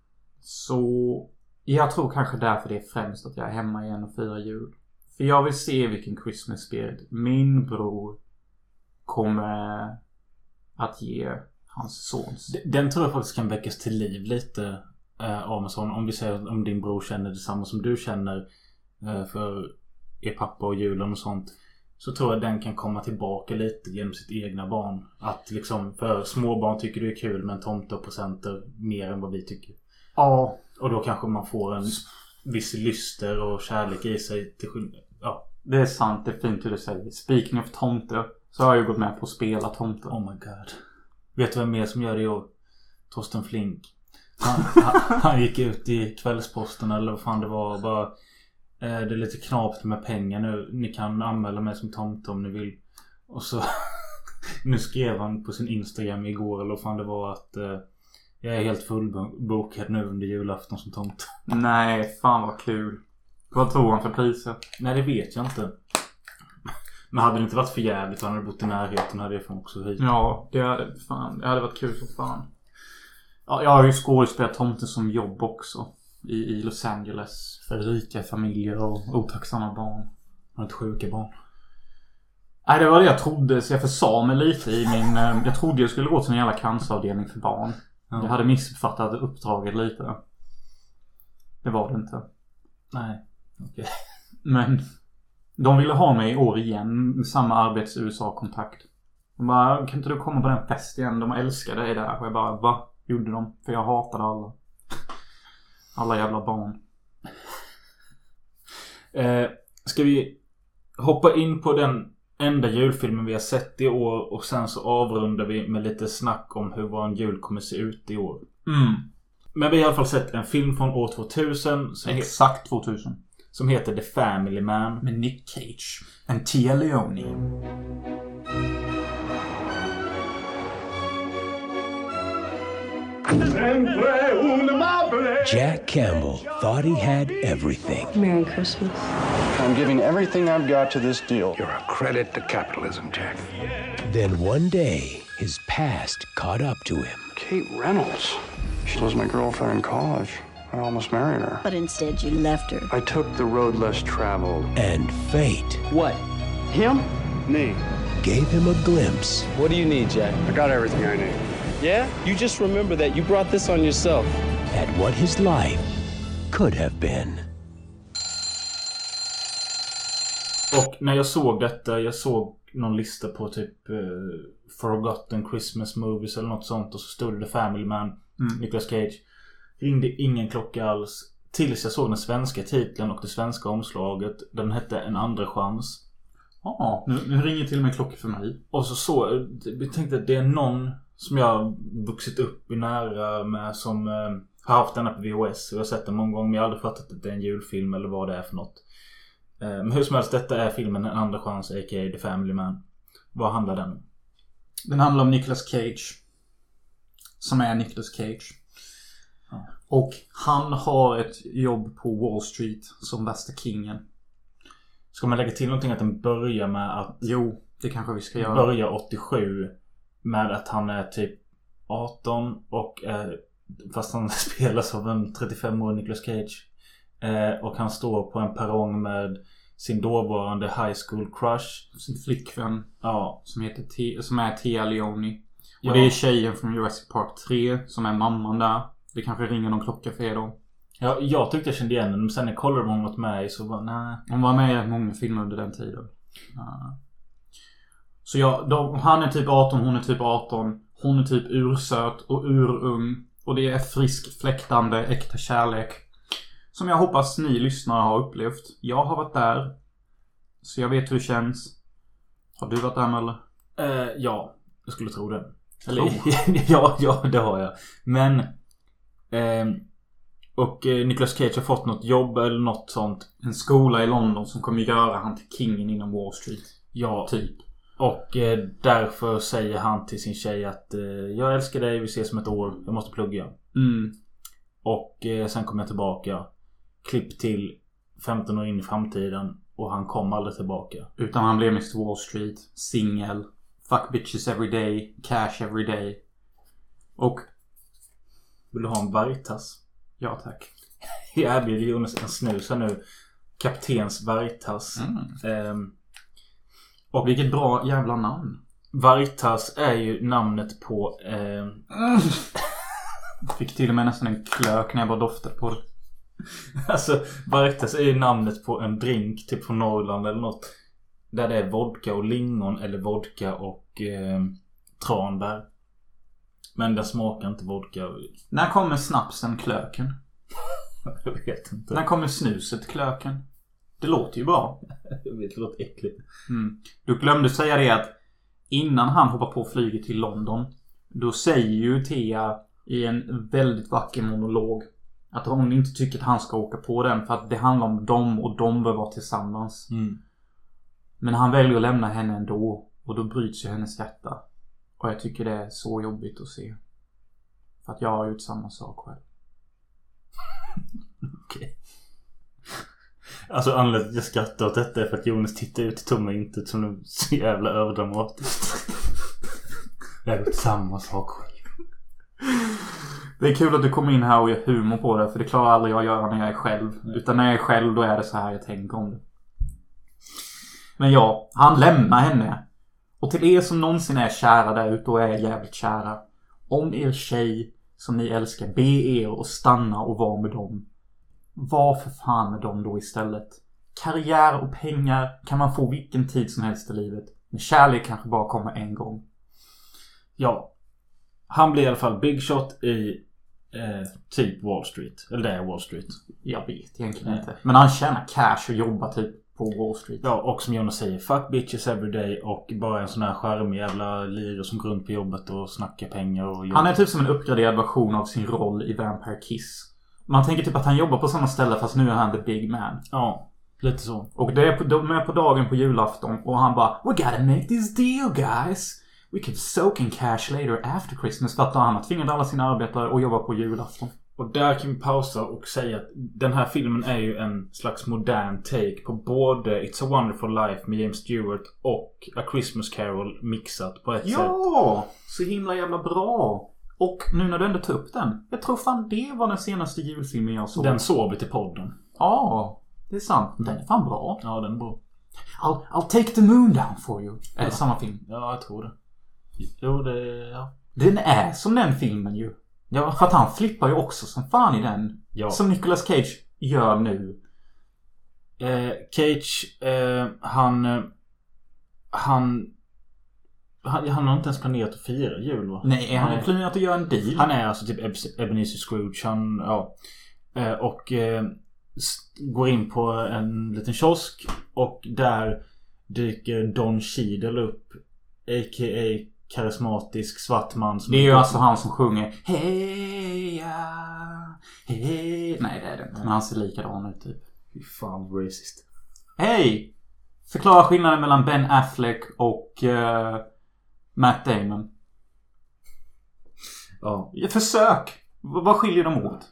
Så jag tror kanske därför det är främst att jag är hemma igen och firar jul. För jag vill se vilken Christmas spirit min bror kommer att ge hans sons. Den tror jag faktiskt kan väckas till liv lite eh, av en sån. Om vi säger om din bror känner detsamma som du känner eh, för er pappa och julen och sånt. Så tror jag den kan komma tillbaka lite genom sitt egna barn. Att liksom, för småbarn tycker det är kul med en tomte och presenter mer än vad vi tycker. Ja. Och då kanske man får en viss lyster och kärlek i sig till skillnad. Ja. Det är sant, det är fint hur du säger. Speaking of tomte, så har jag ju gått med på att spela tomte. Oh my god. Vet du vem mer som gör det i år? Torsten Flink. Han, han, han gick ut i Kvällsposten eller vad fan det var och bara... Det är lite knappt med pengar nu. Ni kan anmäla mig som tomte om ni vill. Och så nu skrev han på sin Instagram igår eller vad fan det var att eh, jag är helt fullbokad nu under julafton som tomte. Nej, fan vad kul. Vad tror han för priser? Nej, det vet jag inte. Men hade det inte varit för jävligt och han hade bott i närheten hade jag fan också hit. Ja, det hade, fan, det hade varit kul som fan. Ja, jag har ju skådespelat tomten som jobb också. I, i Los Angeles. För rika familjer och otacksamma barn. Och inte sjuka barn. Nej, det var det jag trodde. Så jag försade mig lite i min... Jag trodde jag skulle gå till en jävla canceravdelning för barn. Ja. Jag hade missuppfattat uppdraget lite. Det var det inte. Nej, okej. Okay. Men de ville ha mig i år igen. Samma arbets-U S A-kontakt. De bara, kan inte du komma på den fest igen? De älskade dig där. Och jag bara, va? Gjorde de? För jag hatade alla. Alla jävla barn. Eh, ska vi hoppa in på den enda julfilmen vi har sett i år. Och sen så avrundar vi med lite snack om hur vår jul kommer se ut i år. Mm. Men vi har i alla fall sett en film från år tvåtusen. Som Exakt tvåtusen. Som heter The Family Man. Med Nick Cage. And Tia Leone. Jack Campbell thought he had everything. Merry Christmas. I'm giving everything I've got to this deal. You're a credit to capitalism, Jack. Then one day, his past caught up to him. Kate Reynolds. She was my girlfriend in college. I almost married her. But instead you left her. I took the road less traveled. And fate. What? Him? Me. Gave him a glimpse. What do you need, Jack? I got everything I need. Yeah? You just remember that you brought this on yourself. At what his life could have been. Och när jag såg detta, jag såg någon lista på typ uh, Forgotten Christmas Movies eller något sånt. Och så stod det The Family Man, mm. Nicolas Cage. Ringde ingen klocka alls. Tills jag såg den svenska titeln och det svenska omslaget. Den hette En andra chans. Ja, ah, nu, nu ringer till och med klocka för mig. Och så så, jag tänkte att det är någon som jag vuxit upp i nära med som uh, har haft denna på V H S. Jag har sett den många gånger men jag har aldrig fattat att det är en julfilm eller vad det är för något. Uh, men hur som helst, detta är filmen En andra chans, a k a. The Family Man. Vad handlar den om? Den handlar om Nicolas Cage. Som är Nicolas Cage. Ja. Och han har ett jobb på Wall Street som värsta kingen. Ska man lägga till någonting att den börjar med att... Jo, det kanske vi ska göra. Börjar åttiosju med att han är typ arton och eh, fast han spelas av en trettiofem-årig Nicolas Cage. Eh, och han står på en perrong med sin dåvarande high school crush. Sin flickvän. Ja. Som, heter T- som är Tia Leone. Och ja. det är tjejen från Jurassic Park tre som är mamman där. Det kanske ringer någon klocka för er då. Ja, jag tyckte jag kände igen den. Men sen när jag kollade om hon var med så var nej. Hon var med i många filmer under den tiden. Ja. Så ja, de, han är typ arton, hon är typ arton. Hon är typ ursöt och urung. Och det är frisk, fläktande, äkta kärlek. Som jag hoppas ni lyssnare har upplevt. Jag har varit där. Så jag vet hur det känns. Har du varit där, Möller? Uh, ja, jag skulle tro det. Eller, ja, ja, det har jag. Men eh, och eh, Nicolas Cage har fått något jobb eller något sånt. En skola i London som kommer göra han till kingen inom Wall Street. Ja, typ. Och eh, därför säger han till sin tjej att eh, jag älskar dig, vi ses om ett år, jag måste plugga. Mm. Och eh, sen kommer jag tillbaka. Klipp till femton år in i framtiden. Och han kom aldrig tillbaka. Utan han blev mister Wall Street, singel, fuck bitches every day, cash every day. Och vill du ha en vargtass? Ja, tack. Jag erbjuder Jonas en snus här nu. Kaptens vargtass. Mm. Um, och vilket bra jävla namn. Vargtass är ju namnet på um... fick till och med nästan en klök när jag bara doftade på det. Alltså, vargtass är ju namnet på en drink typ från Norrland eller något. Där det är vodka och lingon eller vodka och eh, tranbär. Men den smakar inte vodka. När kommer snapsen klöken? Jag vet inte. När kommer snuset klöken? Det låter ju bra. Jag vet, det låter äckligt. Mm. Du glömde säga det att innan han hoppar på flyget till London, då säger ju Thea i en väldigt vacker monolog att hon inte tycker att han ska åka på den för att det handlar om dem och de bör vara tillsammans. Mm. Men han väljer att lämna henne ändå och då bryts ju hennes hjärta. Och jag tycker det är så jobbigt att se. För att jag har gjort samma sak själv. Okej. Okay. Alltså anledningen att jag skrattar åt detta är för att Jonas tittar ut i tomma intet som är så jävla överdramatiskt. Jag har gjort samma sak själv. Det är kul att du kommer in här och gör humor på det. För det klarar aldrig jag att göra när jag är själv. Nej. Utan när jag är själv då är det så här jag tänker om det. Men ja, han lämnar henne. Och till er som någonsin är kära där ute och är jävligt kära. Om er tjej som ni älskar, be er att stanna och vara med dem. Var för fan med dem då istället. Karriär och pengar kan man få vilken tid som helst i livet. Men kärlek kanske bara kommer en gång. Ja. Han blir i alla fall big shot i eh, typ Wall Street. Eller det är Wall Street. Jag vet egentligen mm. inte. Men han tjänar cash och jobbar typ på Wall Street. Ja, och som Jonas säger, fuck bitches every day. Och bara en sån här charmig jävla lir som går runt på jobbet och snackar pengar och jobb. Han är typ som en uppgraderad version av sin roll i Vampire Kiss. Man tänker typ att han jobbar på samma ställe fast nu är han the big man. Ja, lite så. Och det är på, de är på dagen på julafton och han bara, we gotta make this deal guys. We can soak in cash later after Christmas. För att han har tvingat alla sina arbetare att jobba på julafton. Och där kan vi pausa och säga att den här filmen är ju en slags modern take på både It's a Wonderful Life med James Stewart och A Christmas Carol mixat på ett ja, sätt. Ja, så himla jävla bra. Och nu när du ändå tar upp den. Jag tror fan det var den senaste julfilmen jag såg. Den såg vi till podden. Ja, det är sant. Den är fan bra. Ja, den är bra. I'll, I'll take the moon down for you. Är ja. det samma film? Ja, jag tror det. Jo, det ja. Den är som den filmen ju. Ja, för att han flippar ju också som fan i den. Ja. Som Nicolas Cage gör nu. Eh, Cage, eh, han, han... Han, han har inte ens planerat att fira jul, va? Nej, han har planerat att göra en deal. Han är alltså typ Ebenezer Scrooge. Han, ja. Eh, och eh, går in på en liten kiosk. Och där dyker Don Cheadle upp. A K A karismatisk svart man. Som det är ju alltså han som sjunger Heja, hej. Nej, det är det inte. Men han ser likadan ut typ. Fy fan, racist. Hej! Förklara skillnaden mellan Ben Affleck och uh, Matt Damon. Ja. Försök! V- vad skiljer de åt?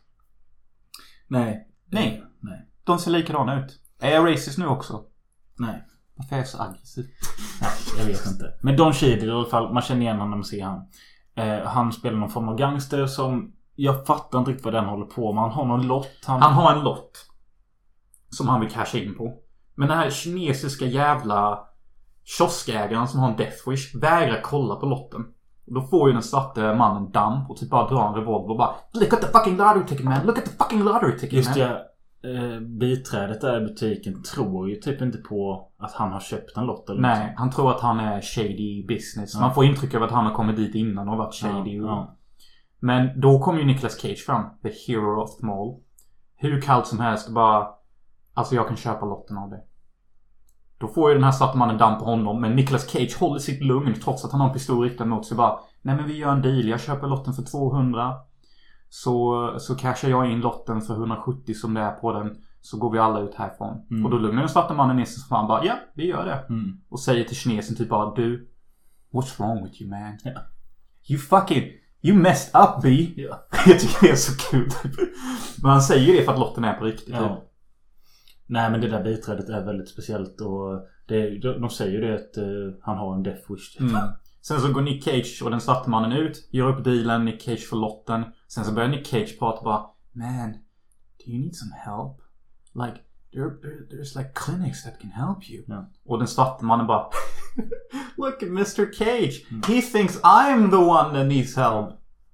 Nej. Nej. Nej. De ser likadana ut. Är jag racist nu också? Nej. Varför är jag så aggressiv? Nej, jag vet inte. Men Don Cheadle i alla fall, man känner igen honom när man ser han. Eh, han spelar någon form av gangster som... Jag fattar inte riktigt vad den håller på med. Han har någon lott. Han, han har en lott. Som han vill casha in på. Men den här kinesiska jävla kioskägaren som har en death wish vägrar kolla på lotten. Och då får ju den svarta mannen damp och typ bara drar en revolver och bara Look at the fucking lottery ticket, man! Look at the fucking lottery ticket, Just man! det, eh, biträdet där i butiken tror ju typ inte på att han har köpt en lott eller Nej, något. han tror att han är shady business. Ja. Man får intryck av att han har kommit dit innan och varit shady. Ja, ja. Men då kommer ju Nicolas Cage fram. The hero of them all. Hur kallt som helst bara... Alltså jag kan köpa lotten av det. Då får ju den här svarta mannen damp på honom. Men Nicolas Cage håller sitt lugn trots att han har en pistol riktad mot sig. Bara, nej men vi gör en deal. Jag köper lotten för tvåhundra. Så, så cashar jag in lotten för hundrasjuttio som det är på den. Så går vi alla ut härifrån. Mm. Och då lugnar den svarta mannen ner sig som fan bara, ja vi gör det. Mm. Och säger till kinesen typ bara, du, what's wrong with you man? Yeah. You fucking... You messed up, B. Yeah. Jag tycker det är så kul. Men han säger det för att lotten är på riktigt. Ja. Typ. Nej, men det där biträdet är väldigt speciellt. Och det, de säger ju det att uh, han har en death wish. Mm. Sen så går Nick Cage och den svarta mannen ut. Gör upp dealen, Nick Cage får lotten. Sen så börjar Nick Cage prata bara, man, do you need some help? Like, there, there, there's like clinics that can help you. Yeah. Och den svarta mannen bara, look at mister Cage. Mm. He thinks I'm the one that needs help.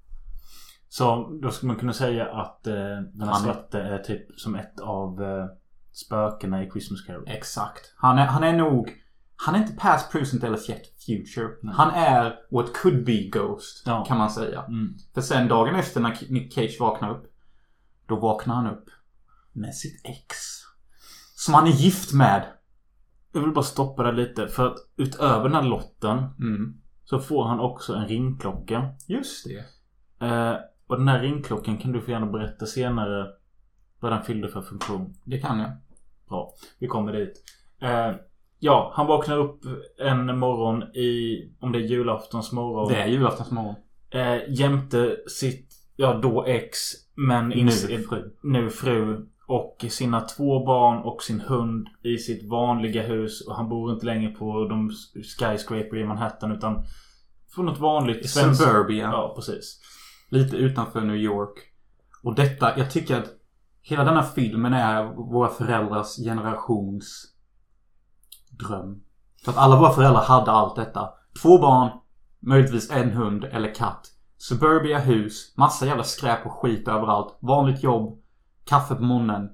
Så då skulle man kunna säga att eh, den här svarta är typ som ett av eh, spökena i Christmas Carol. Exakt. Han är, han är nog... Han är inte past, present eller future. Mm. Han är what could be Ghost, ja. Kan man säga. Mm. För sen dagen efter när Nick Cage vaknar upp, då vaknar han upp med sitt ex. Som han är gift med. Jag vill bara stoppa det lite. För att utöver den här lotten mm. så får han också en ringklocka. Just det. Eh, och den här ringklockan kan du få gärna berätta senare vad den fyllde för funktion. Det kan jag. Bra, vi kommer dit. Eh, ja, han vaknar upp en morgon i, om det är julaftons morgon. Det är julaftons morgon. Eh, jämte sitt, ja då ex, men nu fru. nu fru. Och sina två barn och sin hund i sitt vanliga hus. Och han bor inte längre på de skyscraper i Manhattan utan på något vanligt svensk... Suburbia. Ja, precis. Lite utanför New York. Och detta, jag tycker att hela denna filmen är våra föräldrars generations dröm. För att alla våra föräldrar hade allt detta. Två barn, möjligtvis en hund eller katt. Suburbia hus, massa jävla skräp och skit överallt. Vanligt jobb, kaffe på morgonen.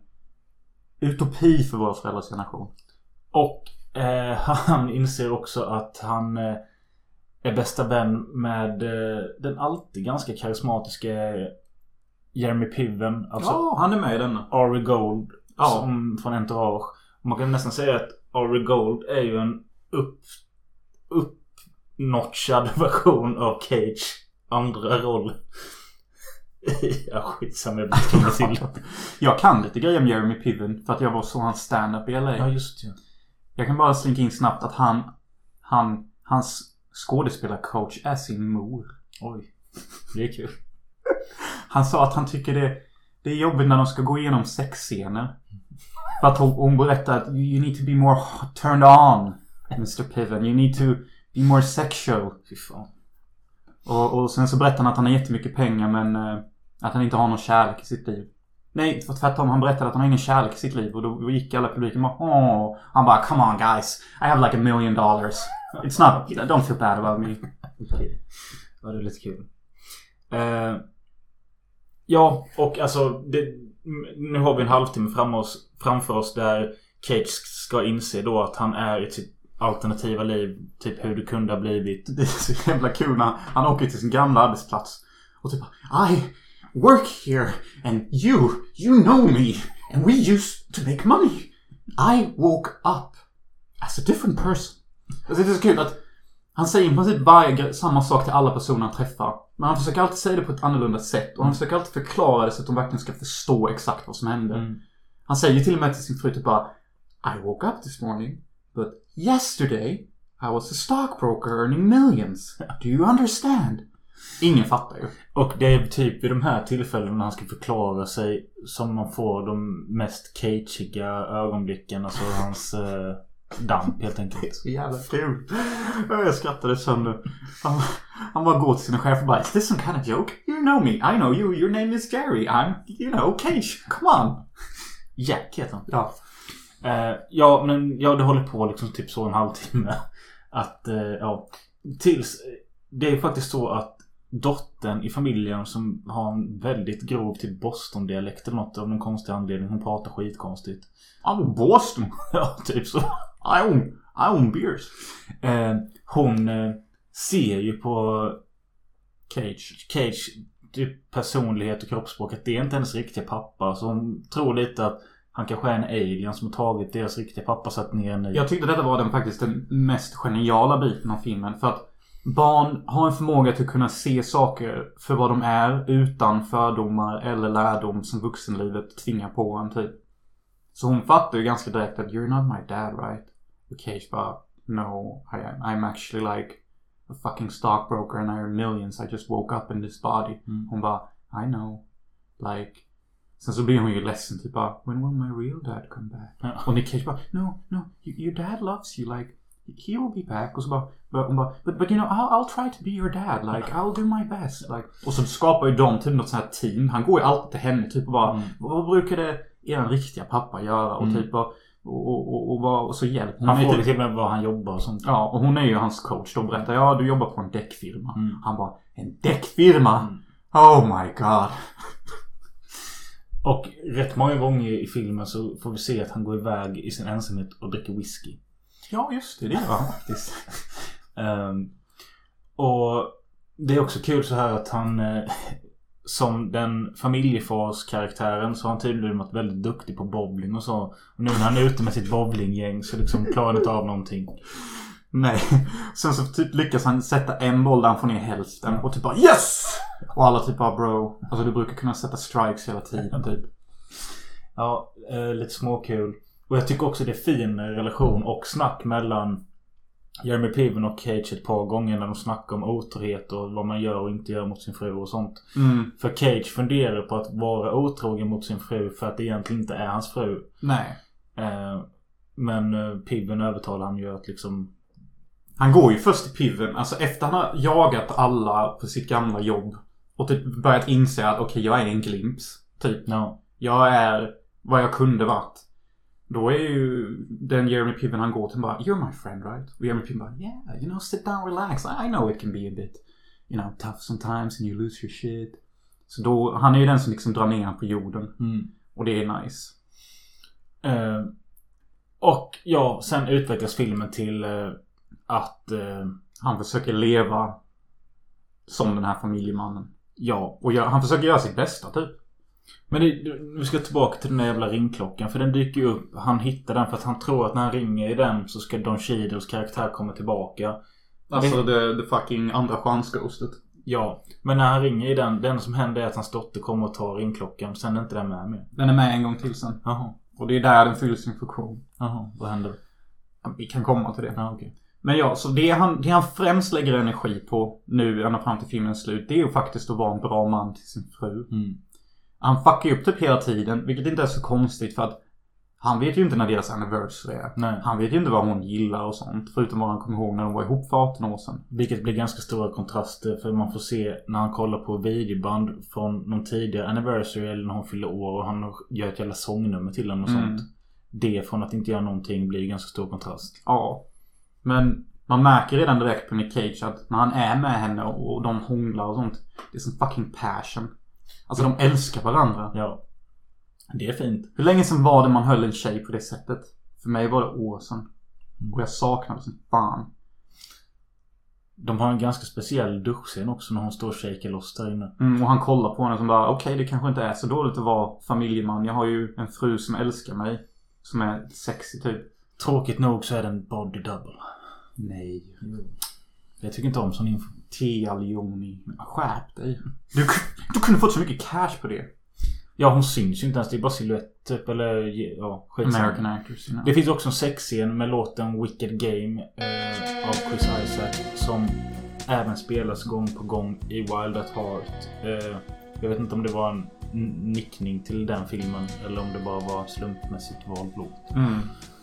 Utopi för våra föräldrars generation. Och eh, han inser också att han eh, är bästa vän med eh, den alltid ganska karismatiska Jeremy Piven. Alltså, ja, han är med i denna. Ari Gold, ja. Som från Entourage. Man kan nästan säga att Ari Gold är ju en upp uppnotchad version av Cage andra roll. Ja, skitsamma, jag blir till. Jag kan lite grejer om Jeremy Piven för att jag var så hans stand-up i L A. Ja, just det. Jag kan bara slinka in snabbt att han, han hans skådespelarcoach är sin mor. Oj, det är kul. Han sa att han tycker det, det är jobbigt när de ska gå igenom sexscener. För att hon, hon berättar att you need to be more turned on, mister Piven. You need to be more sexual. Fy fan. Och, och sen så berättar han att han har jättemycket pengar men uh, att han inte har någon kärlek i sitt liv. Nej, för tvärtom. Han berättade att han har ingen kärlek i sitt liv. Och då, då gick alla publiken och bara, åh. Han bara, come on guys. I have like a million dollars. It's not, don't feel bad about me. Okay. Ja, det är lite kul. Uh, ja, och alltså det, nu har vi en halvtimme fram oss, framför oss där Cage ska inse då att han är i sitt alternativa liv. Typ hur det kunde ha blivit. Det är så jävla kul när han åker till sin gamla arbetsplats. Och typ, I work here and you, you know me. And we used to make money. I woke up as a different person. Alltså det är så kul att han säger i princip varje samma sak till alla personer han träffar. Men han försöker alltid säga det på ett annorlunda sätt. Och han försöker alltid förklara det så att de verkligen ska förstå exakt vad som hände. Mm. Han säger till och med till sin fru typ bara, I woke up this morning, but yesterday I was a stockbroker earning millions. Do you understand? Ingen fattar ju. Och det är typ vid de här tillfällena när han ska förklara sig som man får de mest cage'iga ögonblicken. Alltså hans eh, damp helt enkelt. Det är så jävla kul. Jag skrattade sönder. Han, han bara går till sina chefer och bara, is this some kind of joke? You know me. I know you. Your name is Jerry. I'm, you know, Cage. Come on. Jack heter han. Ja. Uh, ja, men ja, det håller på liksom typ så en halvtimme. Att, uh, ja. Tills, det är faktiskt så att dottern i familjen som har en väldigt grov typ Boston-dialekt eller något av någon konstig anledning. Hon pratar skitkonstigt. I'm Boston. Ja, typ så. I own, I own beers. Uh, hon uh, ser ju på Cage. Cage typ personlighet och kroppsspråk att det är inte hennes riktiga pappa. Så hon tror lite att han kanske är en alien som har tagit deras riktiga pappa och satt ner en i. Jag tyckte detta var den faktiskt den mest geniala biten av filmen. För att barn har en förmåga till att kunna se saker för vad de är utan fördomar eller lärdom som vuxenlivet tvingar på en typ. Så hon fattar ju ganska direkt att you're not my dad, right? Och Cage bara, no, I am, I'm actually like a fucking stockbroker and I earn millions. I just woke up in this body. Mm. Hon bara, I know. Like, sen så blir hon ju ledsen typ bara, when will my real dad come back? Ja. Och Nick Cage bara, no, no, your dad loves you, like, he will be back. Och så bara, hon bara, but, but you know, I'll, I'll try to be your dad, like, I'll do my best, like. Och så skapar ju de typ något sånt här team. Han går ju alltid till henne typ och bara, mm. vad brukar det er riktiga pappa göra? Och typ bara, och, och, och, och, och, och så hjälper hon. Han frågar typ, till och med vad han jobbar och sånt. Ja, och hon är ju hans coach. Då berättar, ja, du jobbar på en däckfirma. Mm. Han bara, en däckfirma? Mm. Oh my god. Och rätt många gånger i filmen så får vi se att han går iväg i sin ensamhet och dricker whisky. Ja, just det. Det gör han faktiskt. um, och det är också kul så här att han eh, som den familjefars-karaktären så har han tydligen varit väldigt duktig på bowling och så. Och nu när han är ute med sitt bowlinggäng så liksom klarar han inte av någonting. Nej. Sen så typ lyckas han sätta en boll där han får ner hälften. Och typ bara yes! Och alla typ bara bro. Alltså du brukar kunna sätta strikes hela tiden typ. Ja, eh, lite småkul. Och jag tycker också det är fin relation och snack mellan Jeremy Piven och Cage ett par gånger när de snackar om otrohet och vad man gör och inte gör mot sin fru och sånt. Mm. För Cage funderar på att vara otrogen mot sin fru för att det egentligen inte är hans fru. Nej. Eh, men eh, Piven övertalar han ju att liksom... Han går ju först till Piven, alltså efter han har jagat alla på sitt gamla jobb och typ börjat inse att okej, okay, jag är en glimps typ. No. Jag är vad jag kunde varit. Då är ju den Jeremy Piven han går till bara, you're my friend, right? Och Jeremy Piven bara, yeah, you know, sit down, relax. I know it can be a bit, you know, tough sometimes and you lose your shit. Så då, han är ju den som liksom drar ner på jorden. Mm. Och det är nice. Uh, och ja, sen utvecklas filmen till uh, att uh, han försöker leva som den här familjemannen. Ja. Och gör, han försöker göra sitt bästa typ. Men det, vi ska tillbaka till den där jävla ringklockan. För den dyker ju upp. Han hittar den för att han tror att när han ringer i den så ska Don Cheadles karaktär komma tillbaka. Alltså det, det fucking andra chansghostet. Ja, men när han ringer i den, det enda som händer är att hans dotter kommer och tar ringklockan. Sen är inte den med mer. Den är med en gång till sen. Jaha. Och det är där den fyller sin funktion. Jaha, vad händer? Vi kan komma till det. Ja, okej. Okay. Men ja, så det han, det han främst lägger energi på nu ända fram till filmens slut, det är ju faktiskt att vara en bra man till sin fru. Mm. Han fuckar ju upp typ hela tiden, vilket inte är så konstigt för att han vet ju inte när deras anniversary är. Nej. Han vet ju inte vad hon gillar och sånt, förutom vad han kommer ihåg när de var ihop för arton år sedan. Vilket blir ganska stora kontraster, för man får se när han kollar på videoband från någon tidigare anniversary eller när hon fyller år och han gör ett jävla sångnummer till honom och mm. sånt. Det från att inte göra någonting blir ganska stor kontrast. Ja. Men Man märker redan direkt på Nick Cage att när han är med henne och, och de hånglar och sånt, det är som fucking passion. Alltså de älskar varandra. Ja. Det är fint. Hur länge sedan var det man höll en tjej på det sättet? För mig var det år sedan. Och jag saknade det som fan. De har en ganska speciell duschscen också när hon står och shaker loss där inne. Mm, och han kollar på henne som bara, okej, okay, det kanske inte är så dåligt att vara familjeman. Jag har ju en fru som älskar mig. Som är sexy typ. Tråkigt nog så är den body double. Nej. Jag tycker inte om sån info. Tia Leoni. Skärp dig. Du, du kunde fått så mycket cash på det. Ja, hon syns ju inte ens. Det är bara silhuett typ. Eller ja, skitsamma. American actors, you know. Det finns också en sexscen med låten Wicked Game eh, av Chris Isaac. Som även spelas gång på gång i Wild at Heart. Eh, jag vet inte om det var en nickning till den filmen. Eller om det bara var slumpmässigt vald låt. Mm.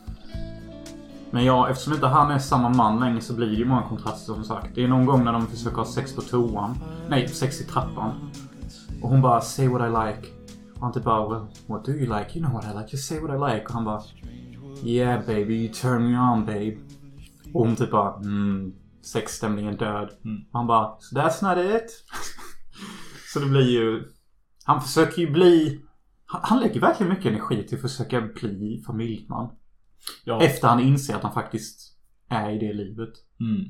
Men ja, eftersom inte han är samma man längre så blir det ju många kontraster som sagt. Det är någon gång när de försöker ha sex på toan. Nej, sex i trappan. Och hon bara, say what I like. Och han typ bara, well, what do you like? You know what I like, just say what I like. Och han bara, yeah baby, you turn me on babe. Och hon typ bara, mm, sexstämningen död. Mm. Och han bara, so that's not it. Så det blir ju, han försöker ju bli, han, han lägger verkligen mycket energi till att försöka bli familjeman. Ja. Efter han inser att han faktiskt är i det livet. Mm.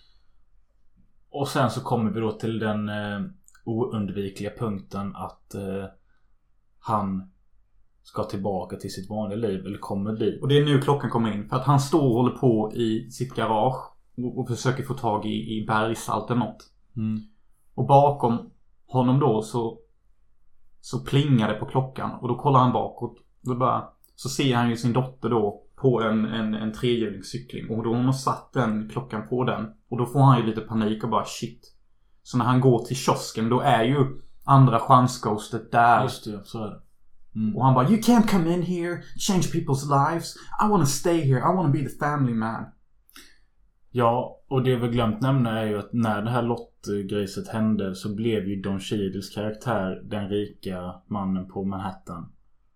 Och sen så kommer vi då till den eh, oundvikliga punkten att eh, han ska tillbaka till sitt vanliga liv. Eller kommer bli. Och det är nu klockan kommer in. För att han står och håller på i sitt garage och, och försöker få tag i, i bergsalt eller något. Mm. Och bakom honom då så så plingar det på klockan. Och då kollar han bakåt. Då bara, så ser han ju sin dotter då på en, en, en trehjulingscykling. Och då har hon satt den klockan på den. Och då får han ju lite panik och bara shit. Så när han går till kiosken, då är ju andra chansghostet där. Just det, så är det. Mm. Och han bara, you can't come in here, change people's lives. I want to stay here, I want to be the family man. Ja, och det vi glömt nämna är ju att när det här lottgriset hände så blev ju Don Cheadles karaktär den rika mannen på Manhattan.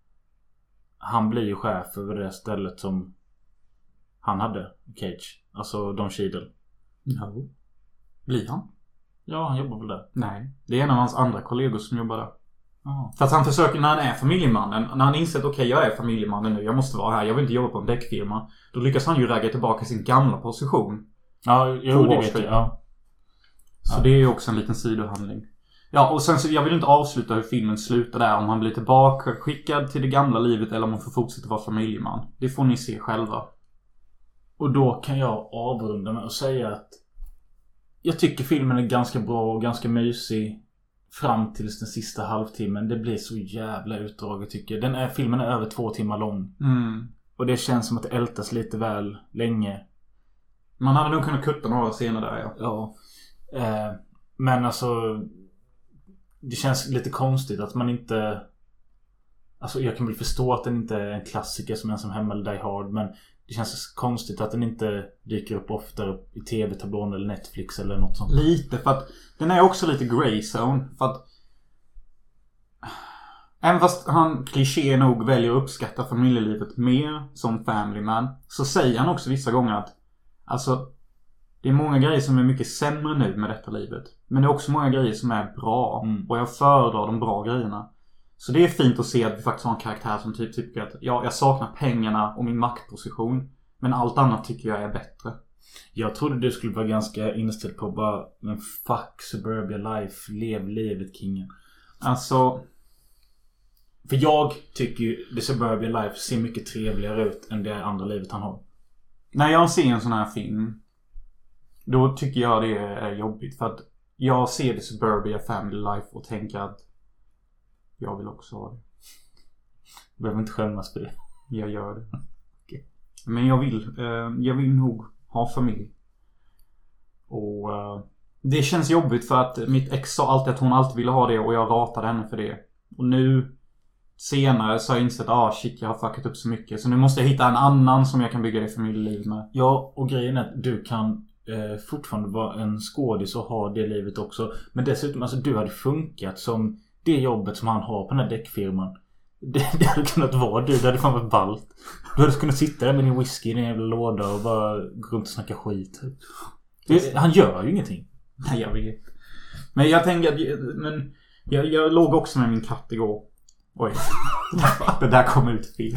Han blir ju chef över det stället som han hade, Cage. Alltså Don Cheadle. Ja. Blir han? Ja, han jobbar väl där. Nej, det är en av hans andra kollegor som jobbar där. Aha. För att han försöker, när han är familjemannen, när han inser att okej, okay, jag är familjemannen nu, jag måste vara här, jag vill inte jobba på en däckfirma. Då lyckas han ju ragga tillbaka sin gamla position. Ja, jo, det vet jag. Ja. Så ja. Det är ju också en liten sidohandling. Ja, och sen så, jag vill inte avsluta hur filmen slutar där, om han blir tillbaka skickad till det gamla livet eller om han får fortsätta vara familjeman. Det får ni se själva. Och då kan jag avrunda med att säga att jag tycker filmen är ganska bra och ganska mysig fram till den sista halvtimmen. Det blir så jävla utdraget tycker jag. Den är, filmen är över två timmar lång. Mm. Och det känns som att det ältas lite väl länge. Man hade nog kunnat kutta några scener där, ja. Ja. Eh, men alltså det känns lite konstigt att man inte, alltså jag kan väl förstå att den inte är en klassiker som en som hemma eller Die Hard, men det känns konstigt att den inte dyker upp oftare i tv-tablån eller Netflix eller något sånt. Lite, för att den är också lite grey zone. För att även fast han kliché nog väljer att uppskatta familjelivet mer som family man, så säger han också vissa gånger att alltså, det är många grejer som är mycket sämre nu med detta livet. Men det är också många grejer som är bra. Mm. Och jag föredrar de bra grejerna. Så det är fint att se att vi faktiskt har en karaktär som typ tycker att ja, jag saknar pengarna och min maktposition. Men allt annat tycker jag är bättre. Jag trodde du skulle vara ganska inställd på bara, men fuck Suburbia Life, lev livet kingen. Alltså, för jag tycker ju The Suburbia Life ser mycket trevligare ut än det andra livet han har. När jag ser en sån här film, då tycker jag det är jobbigt. För att jag ser The Suburbia Family Life och tänker att jag vill också ha det. Du behöver inte skämmas för det. Jag gör det. Okay. Men jag vill eh, Jag vill nog ha familj. Och eh, det känns jobbigt för att mitt ex sa alltid att hon alltid ville ha det. Och jag ratade henne för det. Och nu senare så har jag insett att ah, shit, jag har fuckat upp så mycket. Så nu måste jag hitta en annan som jag kan bygga det familjeliv med. Ja, och grejen är att du kan eh, fortfarande vara en skådis och ha det livet också. Men dessutom, alltså du hade funkat som det jobbet som han har på den här däckfirman. Det, det hade kunnat vara du. Det hade fan varit ballt. Du hade kunnat sitta där med din whisky i din jävla låda och bara gå runt och snacka skit. Det, han gör ju ingenting. Nej, jag vet. Men jag tänker att... Men jag, jag låg också med min katt igår. Oj. Det där kom ut fel.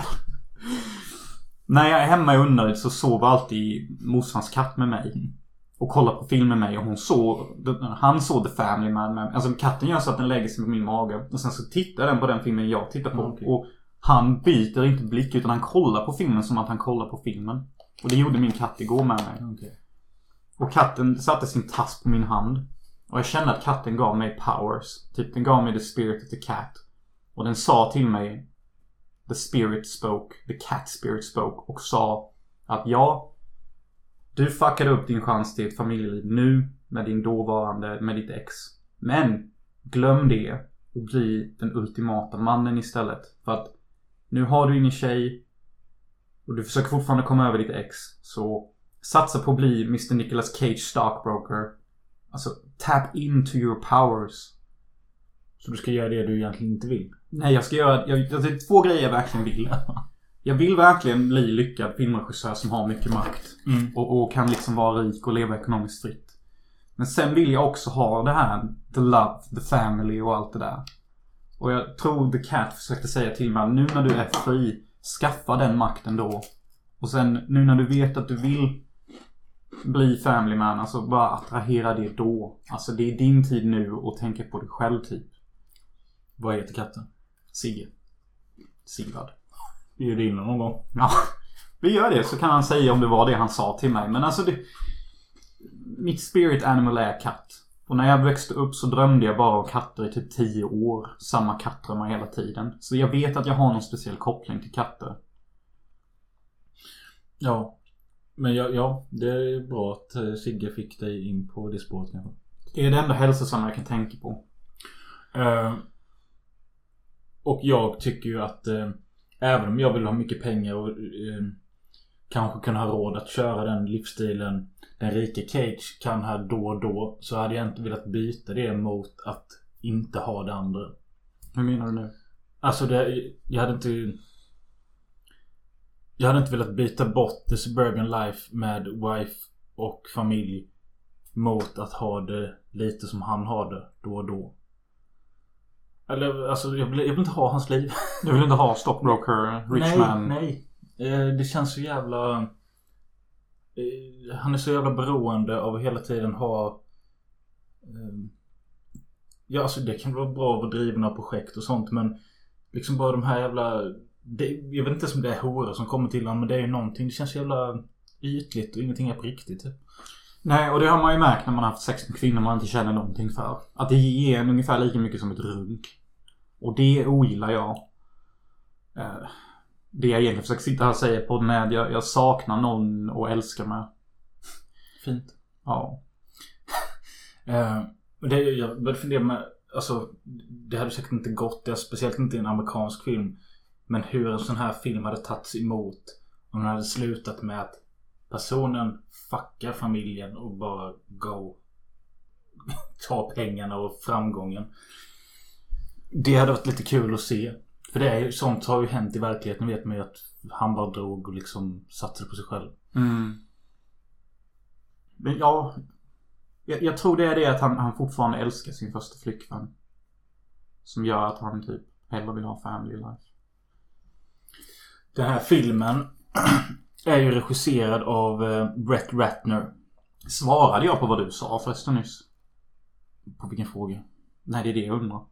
När jag är hemma i Unnaryd så sover alltid morsans katt med mig. Och kollar på film med mig. Och hon såg... Han såg The Family Man med mig. Alltså katten gör så att den lägger sig på min mage. Och sen så tittar den på den filmen jag tittar på. Mm, okay. Och han byter inte blick utan han kollar på filmen som att han kollar på filmen. Och det gjorde min katt igår med mig. Okay. Och katten satte sin tass på min hand. Och jag kände att katten gav mig powers. Typ den gav mig the spirit of the cat. Och den sa till mig... The spirit spoke. The cat spirit spoke. Och sa att ja... Du fuckade upp din chans till ett familjeliv nu. Med din dåvarande, med ditt ex. Men glöm det. Och bli den ultimata mannen istället. För att nu har du ingen tjej. Och du försöker fortfarande komma över ditt ex. Så satsa på att bli mister Nicolas Cage stockbroker. Alltså tap into your powers. Så du ska göra det du egentligen inte vill? Nej, jag ska göra... Jag, jag, det är två grejer jag verkligen vill. Jag vill verkligen bli lyckad filmregissör som har mycket makt. Mm. Och, och kan liksom vara rik och leva ekonomiskt fritt. Men sen vill jag också ha det här. The love, the family och allt det där. Och jag tror The Cat försökte säga till mig. Nu när du är fri, skaffa den makten då. Och sen nu när du vet att du vill bli family man. Alltså bara attrahera det då. Alltså det är din tid nu och tänka på dig själv typ. Vad heter katten? Sigge. Sigvard. Vi gör det innan någon gång. Ja, vi gör det så kan han säga om det var det han sa till mig. Men alltså det... Mitt spirit animal är katt. Och när jag växte upp så drömde jag bara om katter i typ tio år. Samma kattdrömmar hela tiden. Så jag vet att jag har någon speciell koppling till katter. Ja. Men ja, ja det är bra att Sigge fick dig in på det spåret. Det är det enda hälsosamma jag kan tänka på. Uh, och jag tycker ju att uh, även om jag vill ha mycket pengar och uh, kanske kunna ha råd att köra den livsstilen den rika Cage kan här då och då, så hade jag inte velat byta det mot att inte ha det andra. Hur menar du nu? Alltså det, jag hade inte jag hade inte velat byta bort the suburban life med wife och familj mot att ha det lite som han har det då och då. Eller alltså jag vill, jag vill inte ha hans liv. Du vill inte ha stockbroker, rich nej, man? Nej, eh, det känns så jävla... Eh, han är så jävla beroende av att hela tiden ha... Eh, ja, alltså det kan vara bra att vara driven av projekt och sånt, men liksom bara de här jävla... Det, jag vet inte om det är horor som kommer till honom, men det är ju någonting. Det känns så jävla ytligt och ingenting är på riktigt. Nej, och det har man ju märkt när man har haft sex med kvinnor man inte känner någonting för. Att det ger en ungefär lika mycket som ett runk. Och det ogillar jag. Eh, det jag egentligen försöker sitta här och säga på den är att jag, jag saknar någon och älskar mig. Fint. Ja. eh, det, jag började fundera med, alltså, det hade säkert inte gått, det, speciellt inte i en amerikansk film. Men hur en sån här film hade tagits emot om den hade slutat med att personen fuckar familjen och bara go ta pengarna och framgången. Det hade varit lite kul att se. För det är ju, sånt har ju hänt i verkligheten. Vet man ju att han bara drog och liksom satsade på sig själv. Mm. Men ja, jag, jag tror det är det att han, han fortfarande älskar sin första flickvän. Som gör att han typ hellre vill ha family life. Den här filmen är ju regisserad av uh, Brett Ratner. Svarade jag på vad du sa förresten nyss? På vilken fråga? Nej, det är det jag undrar.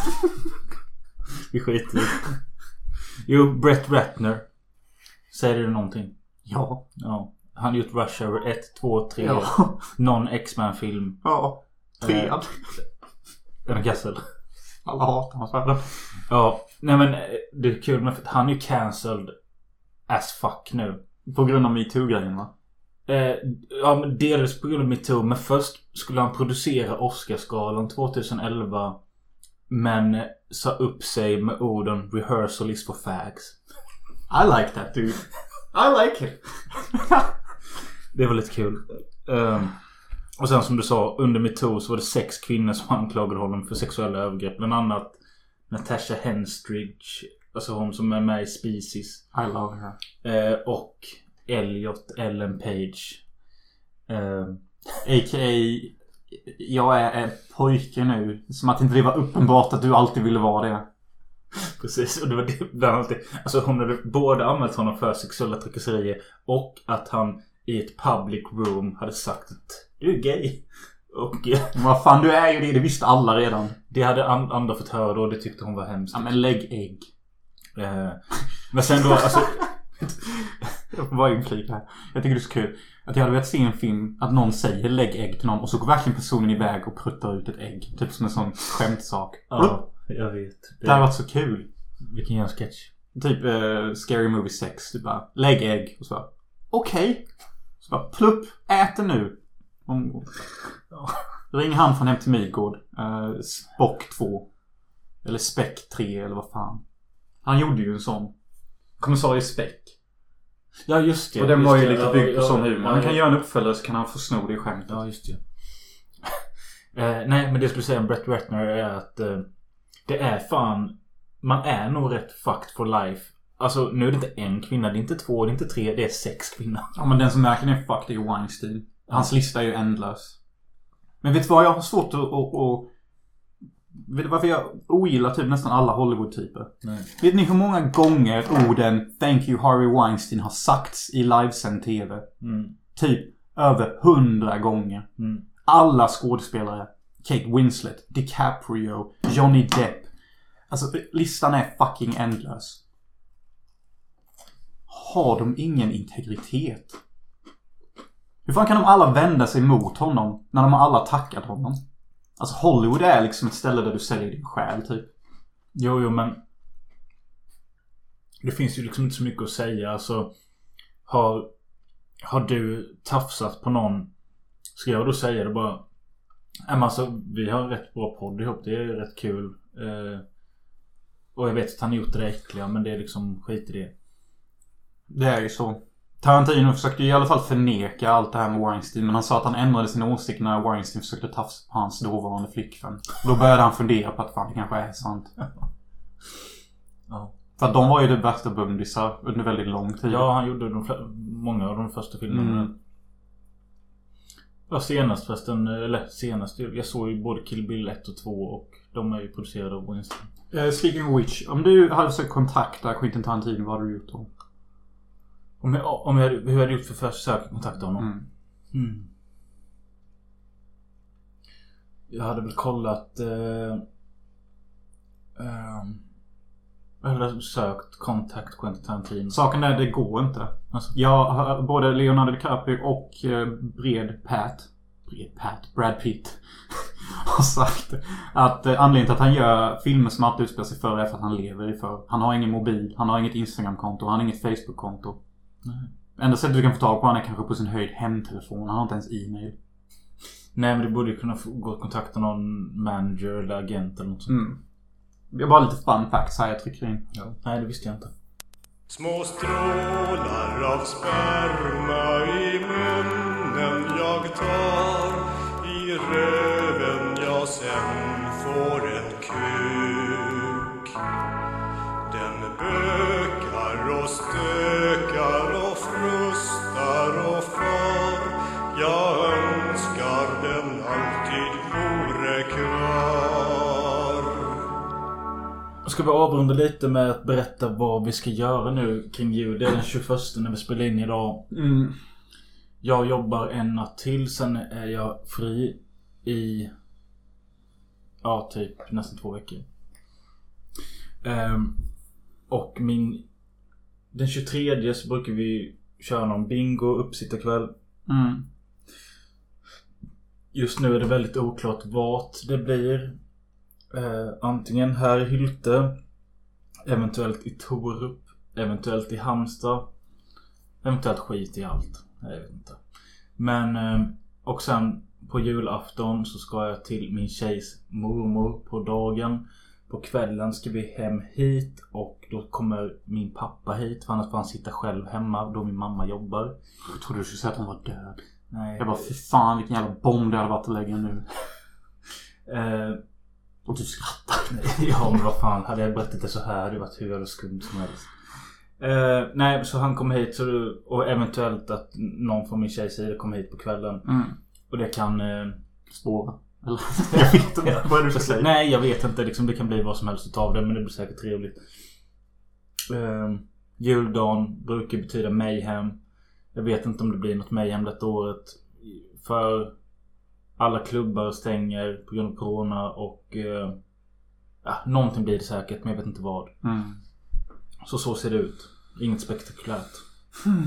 Vi skiter i. Jo, Brett Ratner. Säger det någonting? Ja. Ja. Han har gjort Rush Hour ett, två, tre. Ja. Någon X-Men-film. Ja. Tre. Eh, en kassel. Alla hatar hans värld. Ja. Nej men det är kul med för att han är ju cancelled as fuck nu. På grund av MeToo-grejen va? Eh, ja men delvis på grund av MeToo. Men först skulle han producera Oscarsgalan tjugoelva. Men sa upp sig med orden rehearsal is for fags. I like that dude. I like it. Det var lite kul. um, Och sen som du sa, under MeToo så var det sex kvinnor som anklagade honom för sexuella övergrepp. Bland annat Natasha Henstridge Alltså hon som är med i Species. I love her. Eh, och Elliot Ellen Page. Eh, A K A jag är en pojke nu. Som att inte det var uppenbart att du alltid ville vara det. Precis, och det var det bland annat det. Alltså hon hade både använt honom för sexuella trakasserier och att han i ett public room hade sagt att du är gay. Och vad fan, du är ju det, det visste alla redan. Det hade an- andra fått höra och det tyckte hon var hemskt. Ja, men lägg ägg. Eh, men sen då, alltså jag får bara inflika här. Jag tycker det är så kul att jag hade velat se en film att någon säger lägg ägg till någon och så går verkligen personen iväg och pruttar ut ett ägg. Typ som en sån skämtsak. Ja, jag vet. Det har varit så kul. Vilken jävla sketch. Typ uh, Scary Movie sex. Typ bara, lägg ägg. Och så bara, okej. Okay. Så bara, plupp, ät det nu. Om, ja. Ring han från Hem till Midgård. Uh, Spock två. Eller Speck tre eller vad fan. Han gjorde ju en sån. Kommissarie Speck. Ja just det. Och den just var ju det, lite ja, byggd på ja, sån humor. ja, Han kan ja. göra en uppföljare så kan han få sno det i skämt. Ja just det. eh, nej men det jag skulle säga om Brett Ratner är att eh, det är fan, man är nog rätt fucked for life. Alltså nu är det inte en kvinna, det är inte två, det är inte tre, det är sex kvinnor. Ja men den som verkligen är fucked är ju Weinstein. Hans lista är ju ändlös. Men vet du vad, jag har svårt att, att, att vet du varför jag ogillar typ nästan alla Hollywood-typer? Nej. Vet ni hur många gånger orden Thank you Harvey Weinstein har sagts i livesänd tv? Mm. Typ över hundra gånger. Mm. Alla skådespelare. Kate Winslet, DiCaprio, Johnny Depp. Alltså listan är fucking ändlös. Har de ingen integritet? Hur fan kan de alla vända sig mot honom när de har alla tackat honom? Alltså Hollywood är liksom ett ställe där du säljer din själ typ. Jo, jo, men det finns ju liksom inte så mycket att säga. Alltså, har, har du tafsat på någon, ska jag då säga det bara, men alltså, vi har en rätt bra podd ihop, det är rätt kul. Eh, och jag vet att han har gjort det äckliga, men det är liksom skit i det. Det är ju så. Tarantino försökte i alla fall förneka allt det här med Weinstein. Men han sa att han ändrade sin åsikt när Weinstein försökte tafsa på hans dåvarande flickvän. Då började han fundera på att fan, det kanske är sant. Ja. För att de var ju det värsta bundisar under väldigt lång tid. Ja, han gjorde de fl- många av de första filmerna. Mm. Ja, senast förresten, eller senast, jag såg ju både Kill Bill ett och två och de är ju producerade av Weinstein. Uh, speaking of which, om du hade försökt kontakta Quentin Tarantino, vad hade du gjort då? Om jag, om jag, hur hade jag gjort för försök att kontakta honom? Mm. Mm. Jag hade väl kollat eh, eh, jag hade sökt kontakt Quentin Tarantino. Saken är, det går inte. Alltså. Jag har både Leonardo DiCaprio och eh, Bred Pat Bred Pat, Brad Pitt har sagt att eh, anledningen till att han gör filmer som alltid utspelar sig för är för att han lever i för. Han har ingen mobil, han har inget Instagram-konto, han har inget Facebook-konto. Nej. Enda sättet du kan få tag på han är kanske på sin höjd hemtelefon. Han har inte ens e-mail. Nej, men du borde ju kunna få, gå och kontakta någon manager eller agent eller något sånt. Mm. Det är bara lite fun facts här jag trycker in. Ja. Nej, det visste jag inte. Små strålar av sperma i munnen jag tar, i röven jag sen får en kuk. Den bökar och stökar och frustar och far. Jag önskar den alltid vore kvar. Ska vi avrunda lite med att berätta vad vi ska göra nu kring jul. Det är den tjugoförsta när vi spelar in idag. Mm. Jag jobbar en natt till, sen är jag fri i ja, typ nästan två veckor. Um, och min den tjugotredje så brukar vi köra någon bingo uppsittarkväll. Mm. Just nu är det väldigt oklart vart det blir. Uh, antingen här i Hylte, eventuellt i Torup, eventuellt i Halmstad, eventuellt skit i allt. Jag vet inte. Men uh, och sen på julafton så ska jag till min tjejs mormor på dagen. På kvällen ska vi hem hit och då kommer min pappa hit, för annars får han sitta själv hemma då min mamma jobbar. Jag trodde du skulle säga att hon var död. Nej. Jag bara, fy fan vilken jävla bomb det hade varit att lägga nu. eh, Och du skrattar. Ja, men vad fan. Hade jag berättat det så här hade det varit hur jävla skumt som helst. Uh, nej, så han kom hit så du, och eventuellt att någon från min tjejsida kommer hit på kvällen. Mm. Och det kan uh, spåra. Eller jag vet inte vad du ska säga. Nej, jag vet inte. Liksom, det kan bli vad som helst utav det, men det blir säkert trevligt. Uh, juldagen brukar betyda mayhem. Jag vet inte om det blir något mayhem detta året. För alla klubbar stänger på grund av corona och uh, ja, någonting blir det säkert, men jag vet inte vad. Mm. Så så ser det ut. Inget spektakulärt. Hmm.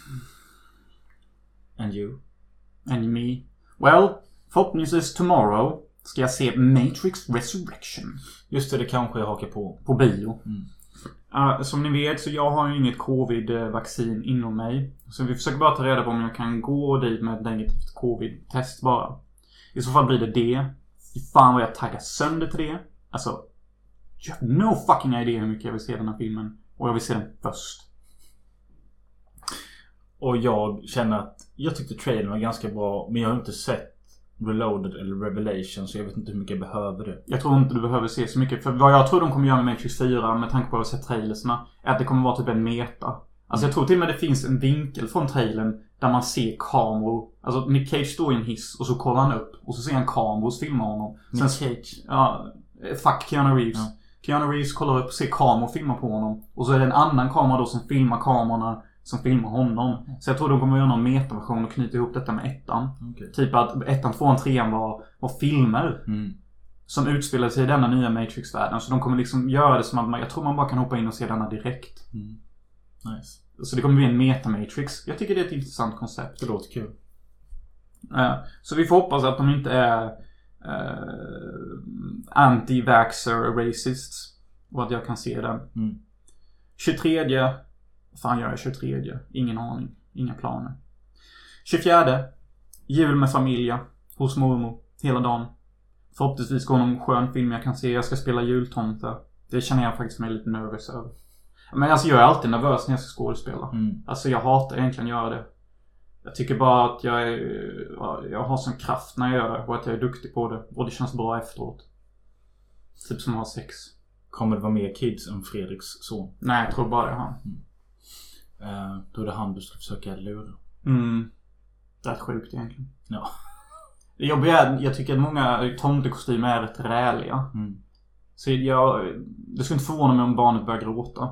And you? And me? Well, förhoppningsvis tomorrow ska jag se Matrix Resurrection. Just det, det kanske jag hakar på. På bio. Mm. Uh, som ni vet så jag har ju inget covid-vaccin inom mig. Så vi försöker bara ta reda på om jag kan gå dit med ett negativt covid-test bara. I så fall blir det det. Fan vad jag taggar sönder till det. Alltså, jag har no fucking idea hur mycket jag vill se den här filmen. Och jag vill se den först. Och jag känner att jag tyckte trailern var ganska bra, men jag har inte sett Reloaded eller Revelation, så jag vet inte hur mycket jag behöver det. Jag tror inte du behöver se så mycket. För vad jag tror de kommer göra med Matrix fyra, med tanke på att jag har sett trailersna, är att det kommer vara typ en meta. Alltså jag tror till och med det finns en vinkel från trailern där man ser kameror. Alltså Nick Cage står i en hiss och så kollar han upp och så ser han kameror filma honom. Sen, Nick Cage? Ja, fuck Keanu Reeves. Ja. Keanu Reeves kollar upp och ser kameror filma på honom. Och så är det en annan kamera då som filmar kamerorna som filmar honom. Så jag tror de kommer göra någon metaversion och knyta ihop detta med ettan. Okay. Typ att ettan, tvåan, trean var, var filmer. Mm. Som utspelar sig i denna nya Matrix-världen. Så de kommer liksom göra det som att man, jag tror man bara kan hoppa in och se denna direkt. Mm. Nice. Så det kommer bli en meta-Matrix. Jag tycker det är ett intressant koncept. Det låter kul. Uh, så vi får hoppas att de inte är uh, anti-vaxxer racists. Och att jag kan se den. Mm. tjugotredje Vad fan gör jag tjugotredje? Ingen aning. Inga planer. tjugofjärde Jul med familjen. Hos mormor. Hela dagen. Förhoppningsvis går någon skön film jag kan se. Jag ska spela jultomte. Det känner jag faktiskt mig lite nervös över. Men alltså jag är alltid nervös när jag ska skådespela. Mm. Alltså jag hatar egentligen att göra det. Jag tycker bara att jag är, jag har sån kraft när jag gör det. Och att jag är duktig på det. Och det känns bra efteråt. Typ som att ha sex. Kommer det vara mer kids än Fredriks son? Nej, jag tror bara det är han. Mm. Uh, då är det han du ska försöka lura. Mm. Det är sjukt egentligen. Ja. Det jobbiga är, jag tycker att många tomtekostymer är rätt räliga. Mm. Så jag, det skulle inte förvåna mig om barnet börjar gråta.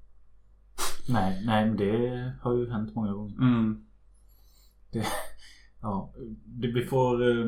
Nej, nej, men det har ju hänt många gånger. Mm. Det, ja, det, vi får... Uh,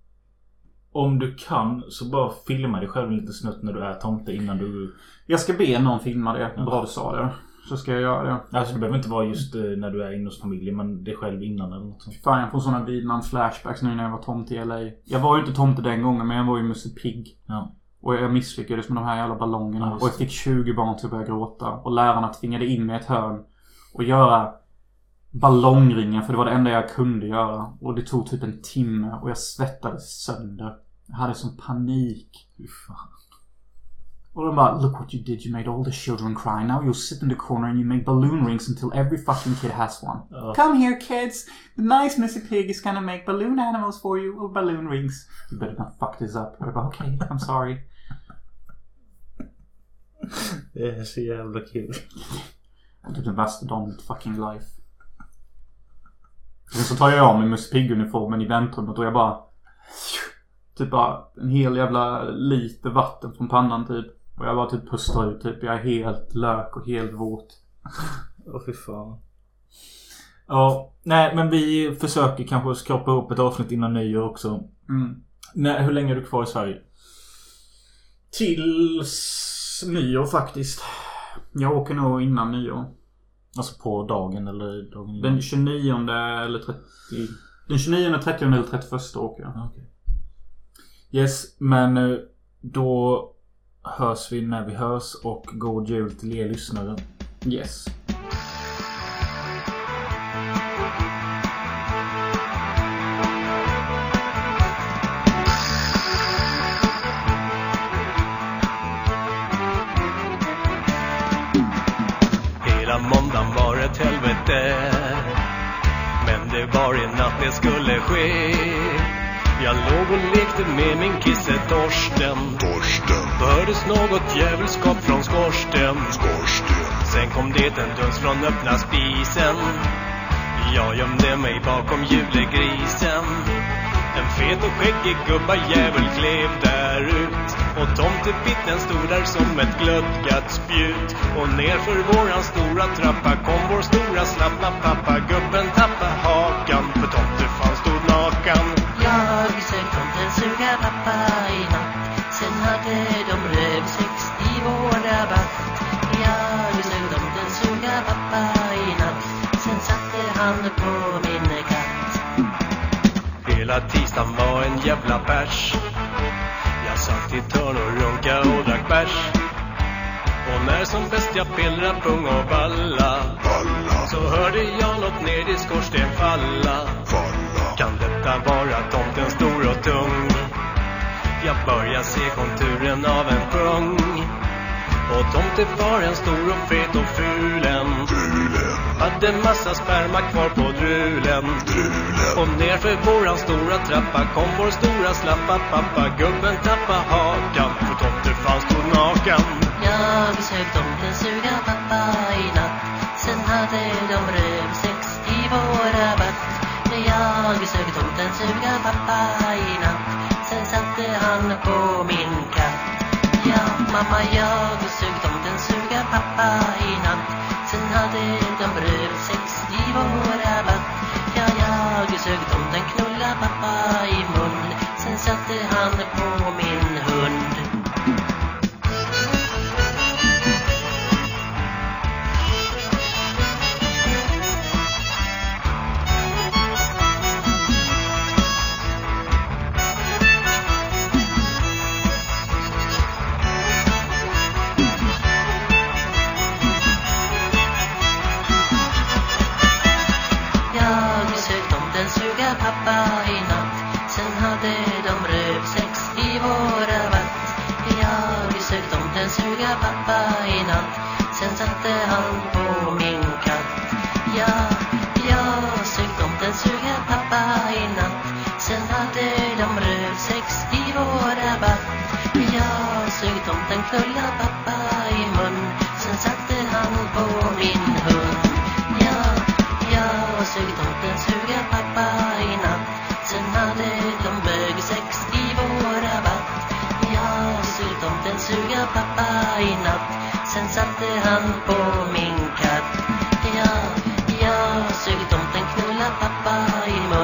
om du kan så bara filma dig själv en liten snutt när du är tomte innan du... Jag ska be någon filma det. Ja. Bra du sa det. Så ska jag göra det. Alltså det behöver inte vara just uh, när du är inne hos familjen, men det själv innan eller något sånt. Fan, jag får sådana vidnamn flashbacks nu när jag var tomte i L A. Jag var ju inte tomte den gången, men jag var ju Musse Pigg. Ja. Och jag misslyckades med de här jävla ballongerna. Ja, och jag fick tjugo barn till att börja gråta. Och lärarna tvingade in mig i ett hörn och göra ballongringen, för det var det enda jag kunde göra. Och det tog typ en timme och jag svettades sönder. Jag hade sån panik. Fy fan. Och de bara, look what you did, you made all the children cry. Now you'll sit in the corner and you make balloon rings until every fucking kid has one. Uh. Come here kids, the nice Missy Pig is gonna make balloon animals for you, or balloon rings. You better not fuck this up. Och jag bara, okej, okay, I'm sorry. Det är så jävla kul. Det är den värsta dagen i mitt fucking life. Sen så tar jag av mig Musse Pigg-uniformen i väntrummet och jag bara... Typ bara en hel jävla liter vatten från pannan typ. Och jag bara typ pustar ut typ. Jag är helt lök och helt våt. Åh fy fan. Ja, nej men vi försöker kanske skrapa ihop ett avsnitt innan nyår också. Mm. Nej, hur länge är du kvar i Sverige? Tills nyår faktiskt. Jag åker nog innan nyår. Alltså på dagen eller dagen Den tjugonionde eller trettio. Den tjugonionde, trettionde eller trettioförsta åker jag. Okej. Okay. Yes, men då hörs vi när vi hörs och god jul till er lyssnare. Yes. Hela måndagen var ett helvete, men det var i natt det skulle ske. Jag låg och lekte med min kisse Torsten. Torsten. Hördes något djävulskap från skorsten. Skorsten. Sen kom det en duns från öppna spisen. Jag gömde mig bakom julegrisen. En fet och skäggig gubba jävel klev där ut. Och tomtebitten stod där som ett glödgat spjut. Och ner för våran stora trappa kom vår stora slappna pappa. Gubben tappa hakan, för tomtefan stod nakan. Jag sög tomten suga pappa i natt. Sen hade de rövsex i vår rabatt. Jag sög tomten suga pappa i natt. Sen satte han på min katt. Hela tisdagen var en jävla pers. Jag satt i törn och runka och drack bärs. Och när som bäst jag pillra pung och balla, Balla. så hörde jag något ner i skorsten falla. Falla. Kan detta vara tomten stor och tung? Jag börjar se konturen av en pung. Och tomtefaren stor och fet och fulen. Drulen. Hade massa sperma kvar på drulen. Drulen. Och nerför våran stora trappa kom vår stora slappa pappa. Gubben tappa hakan, för tomtefan stod nakan. Jag sög tomten suga pappa i natt. Sen hade de rövsex i vår rabatt. Jag sög tomten suga pappa i natt. Sen satte han på min katt. Ja, mamma, jag sög tomten suga pappa i natt. Sen hade de rövsex i vår rabatt. Ja, jag sög tomten knulla pappa i mun. Sen satte han på min hund. Pappa i natt. Sen hade de rövsex i vår rabatt. Jag sög tomten suga pappa i natt. Sen satte han på min katt. Ja, jag sög tomten suga pappa i natt. Sen hade de rövsex i vår rabatt. Jag sög tomten knulla pappa i mun. Sen satte han på min hund. Ja, jag sög tomten suga pappa i natt. Sen hade de bög sex i vår rabatt. Jag sög tomten suga pappa i natt. Sen satte han på min katt. Ja, jag sög tomten knulla pappa i mun.